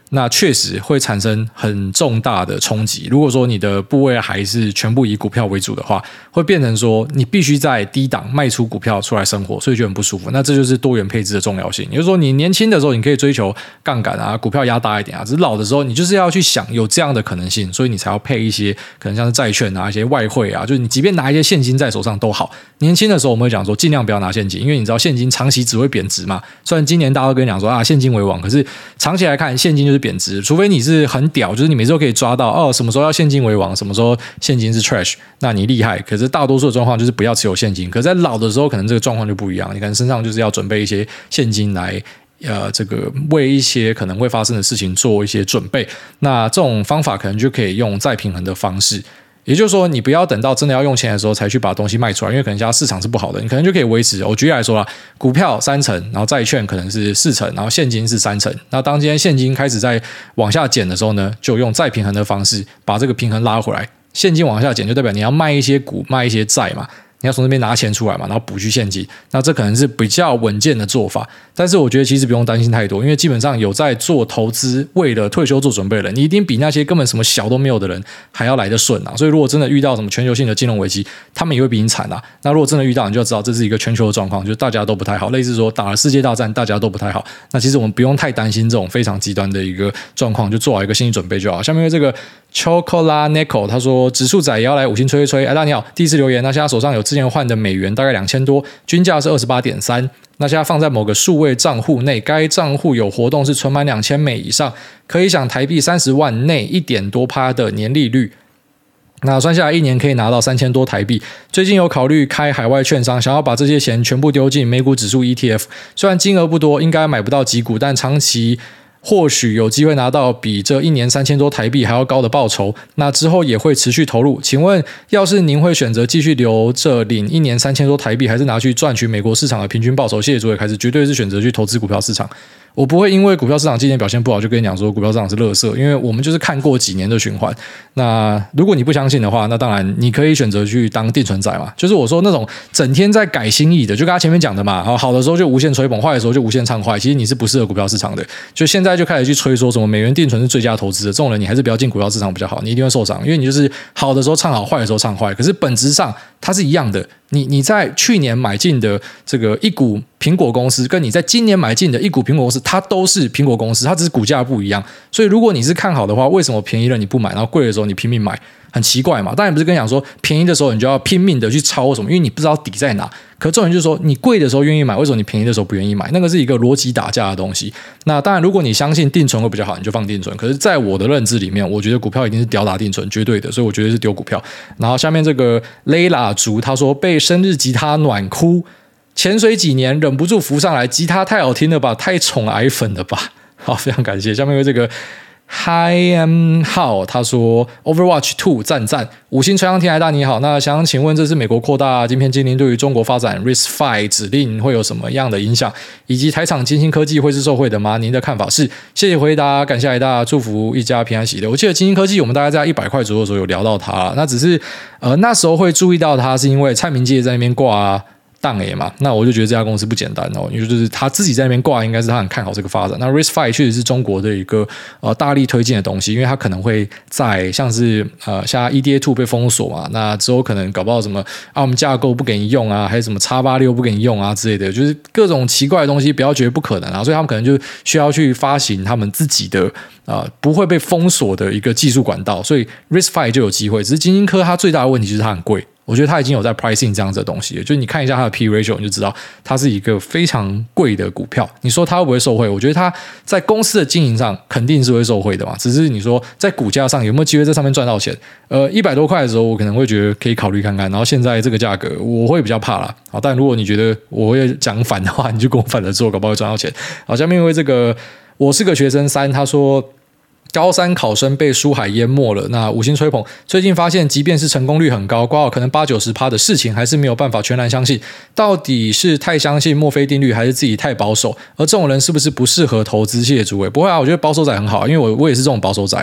那确实会产生很重大的冲击。如果说你的部位还是全部以股票为主的话，会变成说你必须在低档卖出股票出来生活，所以就很不舒服。那这就是多元配置的重要性。也就是说，你年轻的时候你可以追求杠杆啊，股票压大一点啊，只是老的时候你就是要去想有这样的可能性，所以你才要配一些可能像是债券啊、一些外汇啊，就是你即便拿一些现金在手上都好。年轻的时候我们会讲说尽量不要拿现金，因为你知道现金长期只会贬值嘛。虽然今年大家都跟你讲说啊现金为王，可是长期来看现金就是贬值，除非你是很屌，就是你每次都可以抓到哦什么时候要现金为王，什么时候现金是 trash， 那你厉害。可是大多数的状况就是不要持有现金，可是在老的时候可能这个状况就不一样，你可能身上就是要准备一些现金来呃，这个为一些可能会发生的事情做一些准备。那这种方法可能就可以用再平衡的方式。也就是说，你不要等到真的要用钱的时候才去把东西卖出来，因为可能现在市场是不好的，你可能就可以维持。我举例来说啦，股票三成，然后债券可能是四成，然后现金是三成。那当今天现金开始在往下减的时候呢，就用再平衡的方式把这个平衡拉回来。现金往下减，就代表你要卖一些股、卖一些债嘛。你要从那边拿钱出来嘛，然后补去现金，那这可能是比较稳健的做法。但是我觉得其实不用担心太多，因为基本上有在做投资为了退休做准备的人，你一定比那些根本什么小都没有的人还要来得顺啊。所以如果真的遇到什么全球性的金融危机，他们也会比你惨啊。那如果真的遇到，你就要知道这是一个全球的状况，就是大家都不太好，类似说打了世界大战大家都不太好。那其实我们不用太担心这种非常极端的一个状况，就做好一个心理准备就好。下面这个 Chocolate 他说指数仔也要来五星吹一吹。哎，大家你好，第一次留言。那现在手上有之前换的美元大概两千多，均价是 二十八点三。那现在放在某个数位账户内，该账户有活动是存满两千美以上，可以享台币三十万内一点多趴的年利率。那算下来一年可以拿到三千多台币。最近有考虑开海外券商，想要把这些钱全部丢进美股指数 E T F， 虽然金额不多，应该买不到几股，但长期或许有机会拿到比这一年三千多台币还要高的报酬，那之后也会持续投入。请问，要是您会选择继续留着领一年三千多台币，还是拿去赚取美国市场的平均报酬？谢谢诸位开始，绝对是选择去投资股票市场。我不会因为股票市场今年表现不好就跟你讲说股票市场是垃圾，因为我们就是看过几年的循环。那如果你不相信的话，那当然你可以选择去当定存仔嘛，就是我说那种整天在改心意的，就跟他前面讲的嘛，好的时候就无限吹捧，坏的时候就无限唱坏，其实你是不适合股票市场的。就现在就开始去吹说什么美元定存是最佳投资的，这种人你还是不要进股票市场比较好，你一定会受伤，因为你就是好的时候唱好，坏的时候唱坏，可是本质上它是一样的。你你在去年买进的这个一股苹果公司，跟你在今年买进的一股苹果公司，它都是苹果公司，它只是股价不一样。所以如果你是看好的话，为什么便宜了你不买，然后贵的时候你拼命买？很奇怪嘛。当然不是跟你讲说便宜的时候你就要拼命的去抄什么，因为你不知道底在哪。可重点就是说，你贵的时候愿意买，为什么你便宜的时候不愿意买？那个是一个逻辑打架的东西。那当然，如果你相信定存会比较好，你就放定存。可是，在我的认知里面，我觉得股票一定是吊打定存，绝对的。所以我觉得是丢股票。然后下面这个 Layla 竹他说被生日吉他暖哭，潜水几年忍不住浮上来，吉他太好听了吧，太宠癌粉了吧。好，非常感谢。下面有这个。Hi am How 他说 Overwatch 二赞赞五星吹向天海大你好，那想请问这次美国扩大晶片禁令对于中国发展 R I S C V 指令会有什么样的影响，以及台厂晶芯科技会是受惠的吗？您的看法是？谢谢回答，感谢海大，祝福一家平安喜乐。我记得晶芯科技我们大概在一百块左右的时候有聊到它，那只是呃那时候会注意到它是因为蔡明介在那边挂啊档 A 嘛，那我就觉得这家公司不简单哦，因为就是他自己在那边挂，应该是他很看好这个发展。那 R I S C V 确实是中国的一个呃大力推荐的东西，因为它可能会在像是呃像 E D A 二 被封锁嘛，那之后可能搞不好什么啊我们架构不给你用啊，还有什么 X 八十六 不给你用啊之类的，就是各种奇怪的东西，不要觉得不可能啊，所以他们可能就需要去发行他们自己的呃不会被封锁的一个技术管道，所以 R I S C V 就有机会。只是晶芯科它最大的问题就是它很贵。我觉得它已经有在 pricing 这样子的东西了，就是你看一下它的 P ratio 你就知道它是一个非常贵的股票。你说它会不会受惠？我觉得它在公司的经营上肯定是会受惠的嘛，只是你说在股价上有没有机会在上面赚到钱？呃，一百多块的时候我可能会觉得可以考虑看看，然后现在这个价格我会比较怕啦。好，但如果你觉得我会讲反的话，你就跟我反着做，搞不好会赚到钱。好，下面因为这个我是个学生三，他说。高三考生被书海淹没了，那五星吹捧。最近发现，即便是成功率很高，挂号可能八九十趴的事情，还是没有办法全然相信。到底是太相信墨菲定律，还是自己太保守？而这种人是不是不适合投资？谢谢诸位。不会啊，我觉得保守仔很好，因为我我也是这种保守仔啊。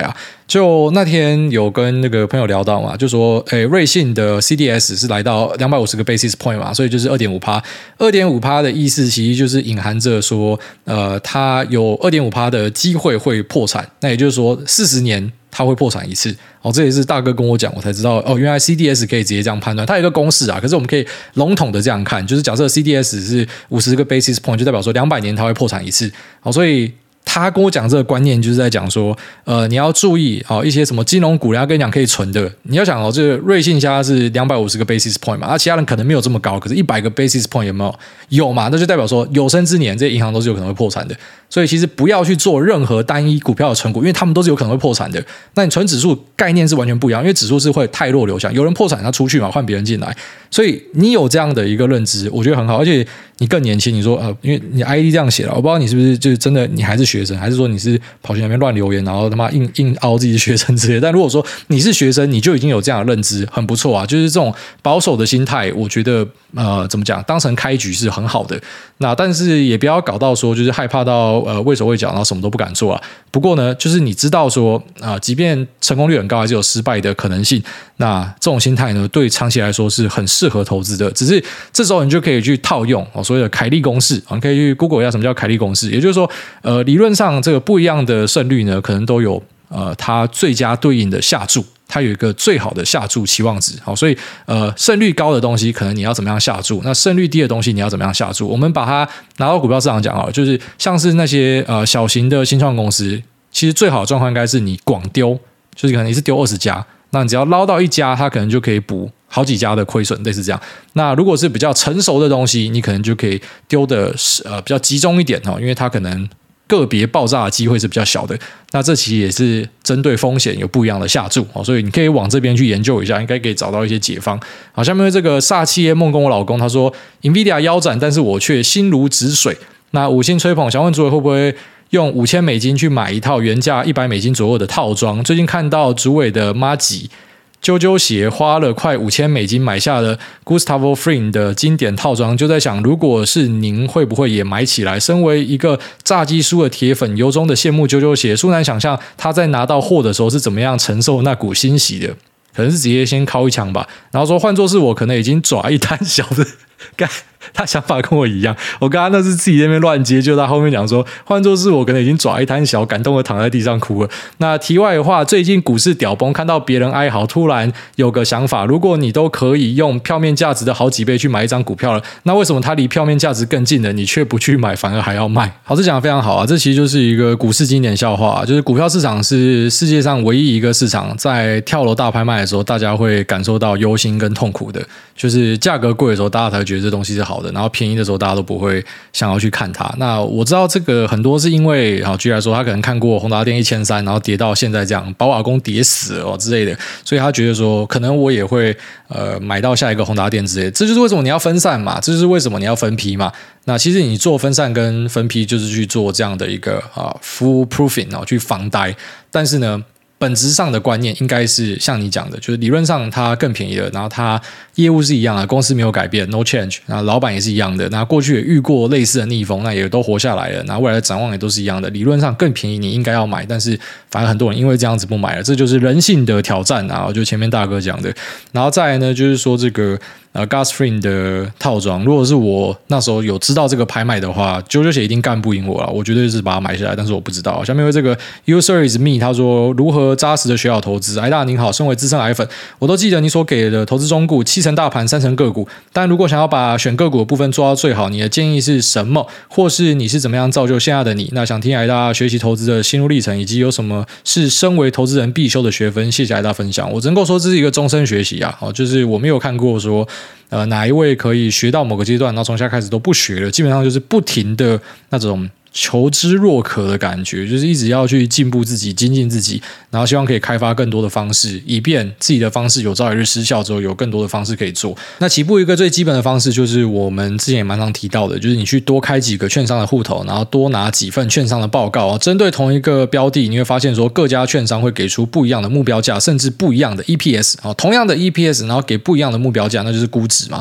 就那天有跟那个朋友聊到嘛，就说，诶，瑞信的 C D S 是来到两百五十个 basis point 嘛，所以就是 百分之二点五 百分之二点五 的意思其实就是隐含着说，呃，它有 百分之二点五 的机会会破产，那也就是说四十年它会破产一次。哦，这也是大哥跟我讲，我才知道哦，原来 C D S 可以直接这样判断，它有一个公式啊，可是我们可以笼统的这样看，就是假设 C D S 是五十个 basis point， 就代表说两百年它会破产一次。好，所以他跟我讲这个观念，就是在讲说，呃，你要注意哦，一些什么金融股，人家跟你讲可以存的，你要想哦，这个瑞信现在是两百五十个 basis point 嘛，那、啊、其他人可能没有这么高，可是一百个 basis point 有没有？有嘛？那就代表说有生之年这些银行都是有可能会破产的，所以其实不要去做任何单一股票的存股，因为他们都是有可能会破产的。那你存指数概念是完全不一样，因为指数是会汰弱留强，有人破产他出去嘛，换别人进来，所以你有这样的一个认知，我觉得很好，而且你更年轻，你说呃，因为你 I D 这样写了，我不知道你是不是就是真的你还是学生，还是说你是跑去那边乱留言，然后他妈硬硬凹自己的学生之类的。但如果说你是学生，你就已经有这样的认知，很不错啊。就是这种保守的心态，我觉得呃怎么讲，当成开局是很好的。那但是也不要搞到说就是害怕到呃畏手畏脚，然后什么都不敢做啊。不过呢，就是你知道说啊、呃，即便成功率很高，还是有失败的可能性。那这种心态呢，对长期来说是很适合投资的。只是这时候你就可以去套用哦所谓的凯利公式，你可以去 Google 一下什么叫凯利公式，也就是说，呃，理论上这个不一样的胜率呢，可能都有呃它最佳对应的下注。它有一个最好的下注期望值，好，所以呃胜率高的东西可能你要怎么样下注，那胜率低的东西你要怎么样下注？我们把它拿到股票市场讲好了，就是像是那些呃小型的新创公司，其实最好的状况应该是你广丢，就是可能你是丢二十家，那你只要捞到一家，它可能就可以补好几家的亏损，类似这样。那如果是比较成熟的东西，你可能就可以丢的呃比较集中一点哦，因为它可能个别爆炸的机会是比较小的，那这其实也是针对风险有不一样的下注，所以你可以往这边去研究一下，应该可以找到一些解方。好，下面这个煞气耶梦跟我老公他说 Nvidia 腰斩，但是我却心如止水。那五星吹捧，想问主委会不会用五千美金去买一套原价一百美金左右的套装？最近看到主委的妈吉啾啾鞋花了快五千美金买下了 Gustavo Fring 的经典套装，就在想，如果是您，会不会也买起来？身为一个炸鸡叔的铁粉，由衷的羡慕啾啾鞋，殊难想象他在拿到货的时候是怎么样承受那股欣喜的。可能是直接先敲一枪吧，然后说换作是我，可能已经抓一滩小的。干，他想法跟我一样，我刚刚那是自己在那边乱接，就他后面讲说，换作是我，可能已经抓一滩小，感动的躺在地上哭了。那题外的话，最近股市屌崩，看到别人哀嚎，突然有个想法，如果你都可以用票面价值的好几倍去买一张股票了，那为什么它离票面价值更近了，你却不去买，反而还要卖？好，这讲得非常好啊，这其实就是一个股市经典笑话啊，就是股票市场是世界上唯一一个市场，在跳楼大拍卖的时候，大家会感受到忧心跟痛苦的，就是价格贵的时候，大家才会觉得这东西是好的，然后便宜的时候，大家都不会想要去看它。那我知道这个很多是因为，好举例来说，他可能看过宏达电一千三，然后跌到现在这样，把瓦工跌死了哦之类的，所以他觉得说，可能我也会呃买到下一个宏达电之类的。这就是为什么你要分散嘛，这就是为什么你要分批嘛。那其实你做分散跟分批，就是去做这样的一个啊 full proofing 哦，去防呆。但是呢，本质上的观念应该是像你讲的，就是理论上它更便宜了，然后它业务是一样的，公司没有改变 no change， 然后老板也是一样的，那过去也遇过类似的逆风，那也都活下来了，那未来的展望也都是一样的，理论上更便宜你应该要买，但是反而很多人因为这样子不买了，这就是人性的挑战啊，就前面大哥讲的。然后再来呢，就是说这个呃 Gus Fring 的套装，如果是我那时候有知道这个拍卖的话，啾啾鞋一定干不赢我了，我绝对是把它买下来，但是我不知道。下面为这个 User is me， 他说如何扎实的学好投资？艾大您好，身为资深癌粉，我都记得你所给的投资忠告，七成大盘，三成个股。但如果想要把选个股的部分做到最好，你的建议是什么？或是你是怎么样造就现在的你？那想听艾大学习投资的心路历程，以及有什么是身为投资人必修的学分？谢谢艾大分享。我只能够说这是一个终身学习啊，就是我没有看过说。呃，哪一位可以学到某个阶段，然后从现在开始都不学了？基本上就是不停的那种求知若渴的感觉，就是一直要去进步自己、精进自己，然后希望可以开发更多的方式，以便自己的方式有朝一日失效之后，有更多的方式可以做。那起步一个最基本的方式，就是我们之前也蛮常提到的，就是你去多开几个券商的户头，然后多拿几份券商的报告，针对同一个标的，你会发现说各家券商会给出不一样的目标价，甚至不一样的 E P S， 同样的 E P S， 然后给不一样的目标价，那就是估值嘛。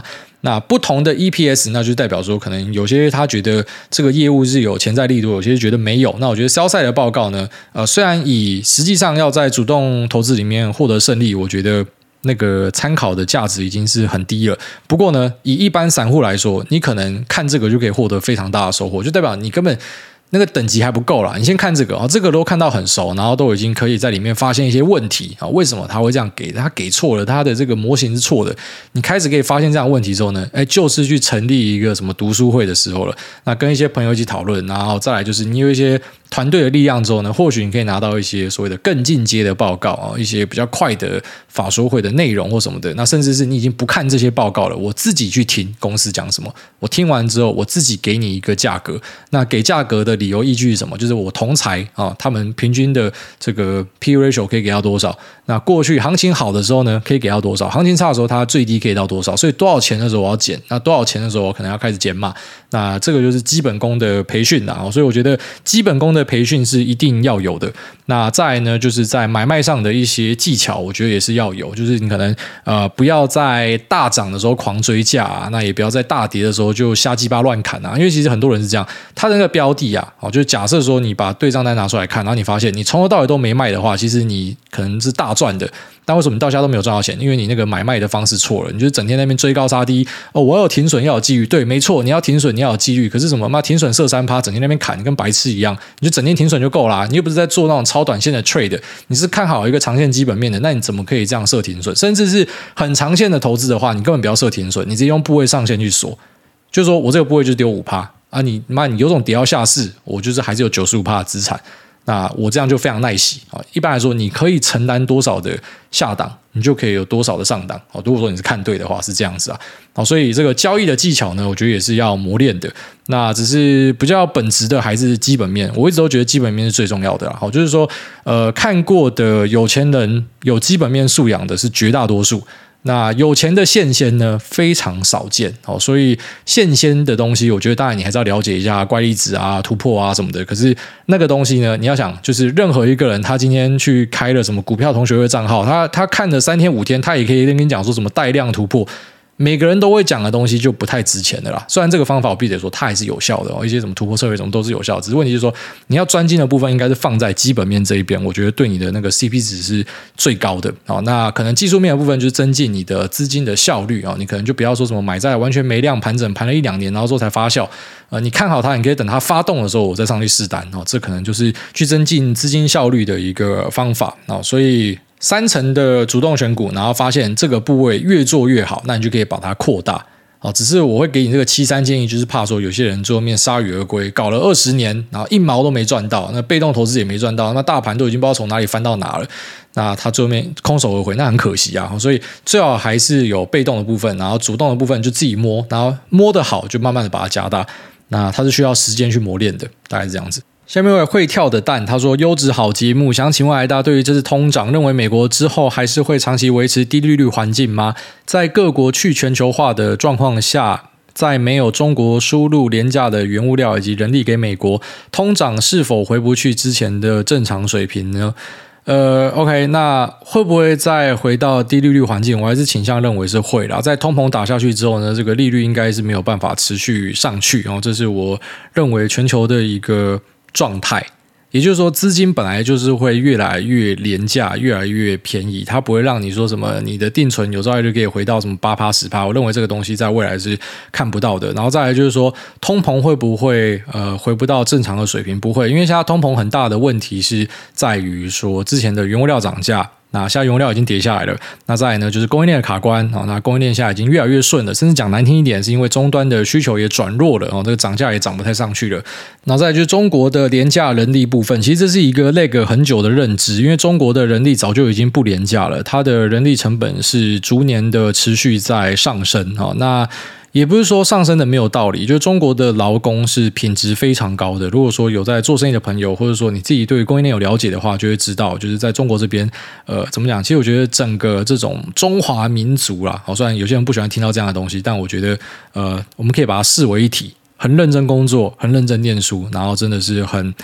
那不同的 E P S， 那就代表说可能有些他觉得这个业务是有潜在力度，有些觉得没有。那我觉得 sell side 的报告呢，呃，虽然以实际上要在主动投资里面获得胜利，我觉得那个参考的价值已经是很低了。不过呢，以一般散户来说，你可能看这个就可以获得非常大的收获，就代表你根本那个等级还不够啦，你先看这个啊，这个都看到很熟，然后都已经可以在里面发现一些问题啊，为什么他会这样给？他给错了，他的这个模型是错的。你开始可以发现这样的问题之后呢，哎，就是去成立一个什么读书会的时候了。那跟一些朋友一起讨论，然后再来就是你有一些团队的力量之后呢，或许你可以拿到一些所谓的更进阶的报告啊，一些比较快的法说会的内容或什么的。那甚至是你已经不看这些报告了，我自己去听公司讲什么，我听完之后，我自己给你一个价格。那给价格的理由依据是什么？就是我同财啊，他们平均的这个 P E ratio 可以给到多少？那过去行情好的时候呢，可以给到多少？行情差的时候，它最低可以到多少？所以多少钱的时候我要减，那多少钱的时候我可能要开始减码。那这个就是基本功的培训啦，所以我觉得基本功的培训是一定要有的。那再来呢，就是在买卖上的一些技巧，我觉得也是要有。就是你可能呃不要在大涨的时候狂追价啊，那也不要在大跌的时候就瞎鸡巴乱砍啊。因为其实很多人是这样，他的那个标的啊，哦，就是假设说你把对账单拿出来看，然后你发现你从头到尾都没卖的话，其实你可能是大赚的。但为什么你到现在都没有赚到钱？因为你那个买卖的方式错了，你就整天在那边追高杀低哦，我要有停损，要有纪律，对，没错，你要停损，你要有纪律。可是什么妈停损设三趴，整天在那边砍，跟白痴一样，你就整天停损就够啦。你又不是在做那种超短线的 trade， 你是看好一个长線基本面的，那你怎么可以这样设停损？甚至是很长线的投资的话，你根本不要设停损，你直接用部位上限去锁，就是说我这个部位就丢五趴啊，你妈你有种跌到下市，我就是还是有 百分之九十五 的资产。那我这样就非常耐洗啊！一般来说，你可以承担多少的下档，你就可以有多少的上档。如果说你是看对的话，是这样子啊。所以这个交易的技巧呢，我觉得也是要磨练的。那只是比较本质的还是基本面，我一直都觉得基本面是最重要的啦。好，就是说，呃，看过的有钱人有基本面素养的是绝大多数。那有钱的现仙呢，非常少见，哦，所以现仙的东西，我觉得当然你还是要了解一下怪力子啊、突破啊什么的。可是那个东西呢，你要想，就是任何一个人，他今天去开了什么股票同学会账号，他他看了三天五天，他也可以跟你讲说什么带量突破。每个人都会讲的东西就不太值钱的啦。虽然这个方法我必须得说它还是有效的哦，一些什么突破策略什么都是有效的，只是问题就是说你要专精的部分应该是放在基本面这一边，我觉得对你的那个 C P 值是最高的哦。那可能技术面的部分就是增进你的资金的效率哦，你可能就不要说什么买在完全没量盘整盘了一两年，然后之后才发酵。呃，你看好它，你可以等它发动的时候我再上去试单哦，这可能就是去增进资金效率的一个方法哦。所以三成的主动选股，然后发现这个部位越做越好，那你就可以把它扩大。哦，只是我会给你这个七三建议，就是怕说有些人最后面铩羽而归，搞了二十年，然后一毛都没赚到，那被动投资也没赚到，那大盘都已经不知道从哪里翻到哪了，那他最后面空手而回，那很可惜啊。所以最好还是有被动的部分，然后主动的部分就自己摸，然后摸得好就慢慢的把它加大。那它是需要时间去磨练的，大概是这样子。下面一位会跳的蛋，他说优质好节目，想请问艾大对于这次通胀，认为美国之后还是会长期维持低利率环境吗？在各国去全球化的状况下，在没有中国输入廉价的原物料以及人力给美国，通胀是否回不去之前的正常水平呢？呃 ，OK， 那会不会再回到低利率环境？我还是倾向认为是会啦。在通膨打下去之后呢，这个利率应该是没有办法持续上去，然后这是我认为全球的一个状态。也就是说，资金本来就是会越来越廉价，越来越便宜，它不会让你说什么你的定存有朝一日可以回到什么 百分之八、百分之十。我认为这个东西在未来是看不到的。然后再来就是说，通膨会不会呃回不到正常的水平？不会，因为现在通膨很大的问题是在于说之前的原物料涨价。那现在原料已经跌下来了，那再来呢就是供应链的卡关，那供应链现在已经越来越顺了，甚至讲难听一点是因为终端的需求也转弱了，这个涨价也涨不太上去了。那再来就是中国的廉价人力部分，其实这是一个lag很久的认知，因为中国的人力早就已经不廉价了，它的人力成本是逐年的持续在上升。那也不是说上升的没有道理，就是中国的劳工是品质非常高的。如果说有在做生意的朋友，或者说你自己对供应链有了解的话，就会知道，就是在中国这边，呃，怎么讲？其实我觉得整个这种中华民族啦，虽然有些人不喜欢听到这样的东西，但我觉得，呃，我们可以把它视为一体，很认真工作，很认真念书，然后真的是很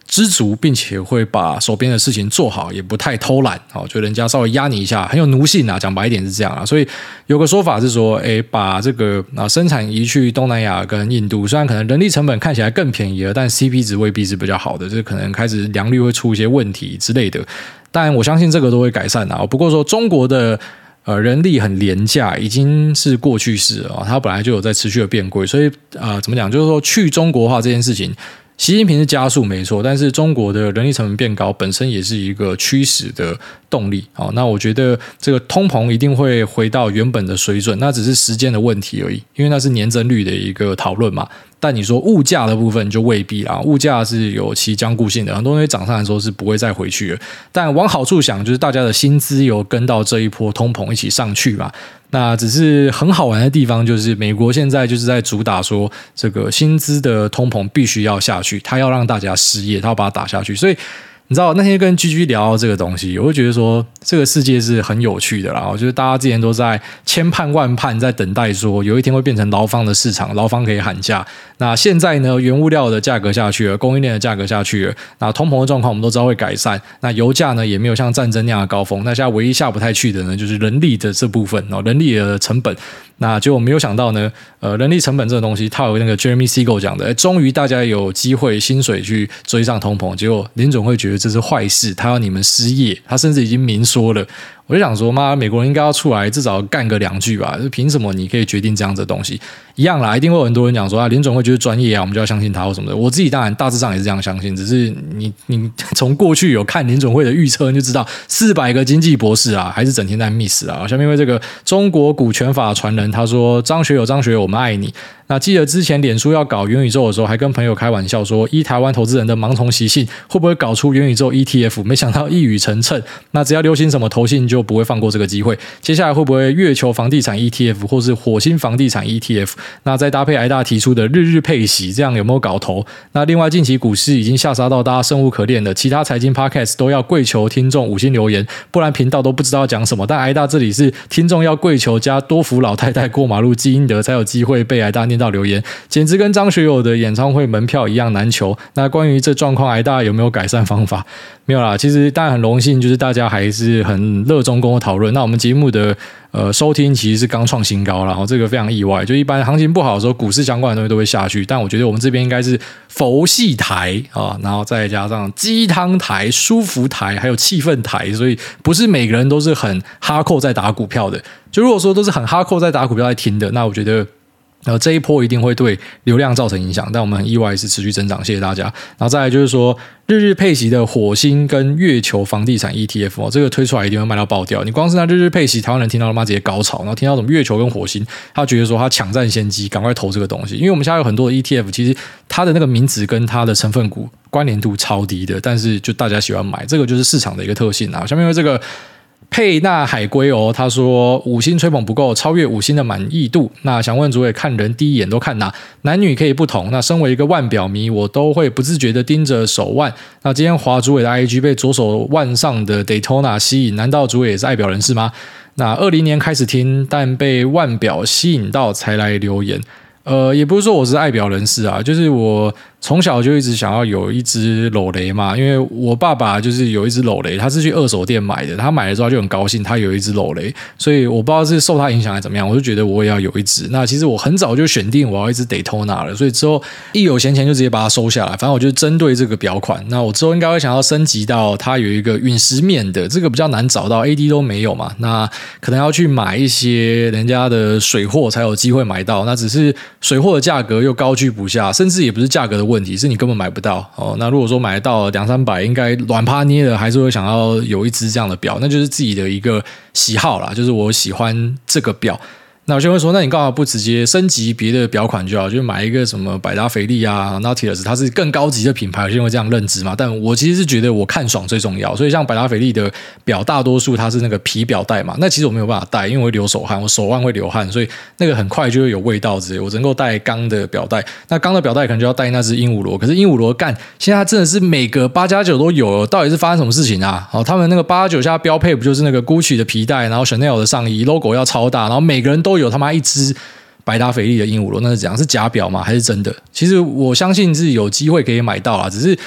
知足，并且会把手边的事情做好，也不太偷懒，好，就人家稍微压你一下，很有奴性啊，讲白一点是这样啊。所以有个说法是说，诶，把这个啊生产移去东南亚跟印度，虽然可能人力成本看起来更便宜了，但 C P 值未必是比较好的，这可能开始良率会出一些问题之类的。但我相信这个都会改善啊。不过说中国的呃，人力很廉价，已经是过去式了，它本来就有在持续的变贵，所以呃，怎么讲？就是说去中国化这件事情，习近平是加速没错，但是中国的人力成本变高，本身也是一个驱使的动力。好，那我觉得这个通膨一定会回到原本的水准，那只是时间的问题而已，因为那是年增率的一个讨论嘛。但你说物价的部分就未必啦，物价是有其僵固性的，很多东西涨上来的时候是不会再回去了。但往好处想，就是大家的薪资有跟到这一波通膨一起上去嘛。那只是很好玩的地方，就是美国现在就是在主打说，这个薪资的通膨必须要下去，他要让大家失业，他要把它打下去，所以。你知道那天跟 G G 聊到这个东西，我会觉得说这个世界是很有趣的啦。我觉得大家之前都在千盼万盼，在等待说有一天会变成劳方的市场，劳方可以喊价。那现在呢，原物料的价格下去了，供应链的价格下去了，那通膨的状况我们都知道会改善。那油价呢也没有像战争那样的高峰。那现在唯一下不太去的呢，就是人力的这部分哦，人力的成本。那就没有想到呢，呃，人力成本这个东西，他有那个 Jeremy Siegel 讲的，终于大家有机会薪水去追上通膨，结果联总会觉得这是坏事，他要你们失业，他甚至已经明说了。我就想说，妈，美国人应该要出来至少干个两句吧？凭什么你可以决定这样子的东西？一样啦，一定会有很多人讲说啊，联总会就是专业啊，我们就要相信他或什么的。我自己当然大致上也是这样相信，只是你你从过去有看联总会的预测，你就知道四百个经济博士啊，还是整天在 miss 啊。下面因为这个中国股权法传人，他说张学友张学友，我们爱你。那记得之前脸书要搞元宇宙的时候，还跟朋友开玩笑说，依台湾投资人的盲从习性，会不会搞出元宇宙 E T F？ 没想到一语成谶。那只要流行什么投信，就不会放过这个机会。接下来会不会月球房地产 E T F， 或是火星房地产 E T F？ 那再搭配癌大提出的日日配息，这样有没有搞头？那另外近期股市已经下杀到大家生无可恋了，其他财经 Podcast 都要跪求听众五星留言，不然频道都不知道讲什么。但癌大这里是听众要跪求加多扶老太太过马路积阴德，才有机会被癌大念到留言，简直跟张学友的演唱会门票一样难求。那关于这状况，癌大有没有改善方法？没有啦，其实当然很荣幸，就是大家还是很热衷跟我讨论。那我们节目的呃收听其实是刚创新高啦，然后这个非常意外。就一般行情不好的时候，股市相关的东西都会下去，但我觉得我们这边应该是佛系台啊，然后再加上鸡汤台、舒服台，还有气氛台，所以不是每个人都是很哈扣在打股票的。就如果说都是很哈扣在打股票在听的，那我觉得。呃，这一波一定会对流量造成影响，但我们很意外是持续增长，谢谢大家。然后再来就是说，日日配息的火星跟月球房地产 E T F 哦，这个推出来一定会卖到爆掉。你光是那日日配息，台湾人听到他妈直接高潮，然后听到什么月球跟火星，他觉得说他抢占先机，赶快投这个东西。因为我们现在有很多的 E T F， 其实它的那个名字跟它的成分股关联度超低的，但是就大家喜欢买，这个就是市场的一个特性啊。下面有这个。佩纳海龟哦，他说五星吹捧不够，超越五星的满意度。那想问主委，看人第一眼都看哪？男女可以不同。那身为一个腕表迷，我都会不自觉的盯着手腕。那今天滑主委的 I G 被左手腕上的 Daytona 吸引，难道主委也是爱表人士吗？那二零年开始听，但被腕表吸引到才来留言。呃，也不是说我是爱表人士啊，就是我从小就一直想要有一只篓雷嘛，因为我爸爸就是有一只篓雷，他是去二手店买的，他买了之后就很高兴，他有一只篓雷，所以我不知道是受他影响还是怎么样，我就觉得我也要有一只。那其实我很早就选定我要一只 Daytona 了，所以之后一有闲钱就直接把它收下来。反正我就针对这个表款，那我之后应该会想要升级到它有一个陨石面的，这个比较难找到 ，A D 都没有嘛，那可能要去买一些人家的水货才有机会买到，那只是水货的价格又高居不下，甚至也不是价格的问题，是你根本买不到哦。那如果说买得到两三百，应该软趴捏的，还是会想要有一只这样的表，那就是自己的一个喜好啦，就是我喜欢这个表。那有些人会说，那你干嘛不直接升级别的表款就好，就买一个什么百达翡丽啊 Nautilus， 它是更高级的品牌，有些人会这样认知嘛。但我其实是觉得我看爽最重要，所以像百达翡丽的表，大多数它是那个皮表带嘛，那其实我没有办法戴，因为我会流手汗，我手腕会流汗，所以那个很快就会有味道之类。我只能够戴钢的表带，那钢的表带可能就要戴那只鹦鹉螺，可是鹦鹉螺干，现在真的是每个八加九都有了，到底是发生什么事情啊？哦，他们那个八加九下标配不就是那个 Gucci 的皮带，然后 Chanel 的上衣 ，logo 要超大，然后每个人都有他妈一只百达翡丽的鹦鹉螺，那是怎样？是假表吗？还是真的？其实我相信是有机会可以买到啦，只是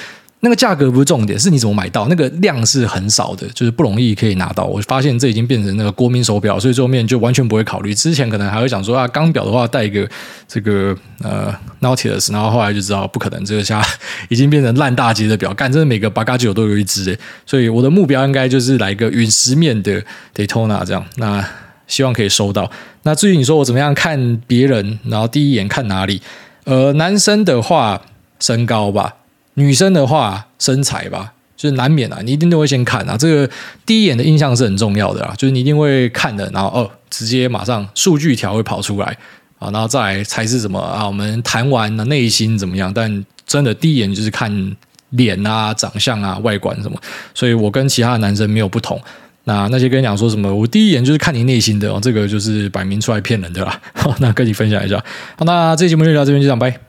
那个价格不是重点，是你怎么买到，那个量是很少的，就是不容易可以拿到。我发现这已经变成那个国民手表，所以最后面就完全不会考虑。之前可能还会想说啊，钢表的话带一个这个呃 Nautilus， 然后后来就知道不可能，这个下已经变成烂大街的表，干真的每个八嘎九都有一只诶，所以我的目标应该就是来一个陨石面的 Daytona 这样，那希望可以收到。那至于你说我怎么样看别人，然后第一眼看哪里？呃，男生的话身高吧。女生的话，身材吧，就是难免啊，你一定都会先看啊。这个第一眼的印象是很重要的啊，就是你一定会看的，然后哦，直接马上数据条会跑出来啊，然后再来才是什么啊？我们谈完了内心怎么样？但真的第一眼就是看脸啊、长相啊、外观什么，所以我跟其他的男生没有不同。那那些跟你讲说什么，我第一眼就是看你内心的哦，这个就是摆明出来骗人的啦。好，那跟你分享一下。好，那这期节目就聊到这边，就这样，拜。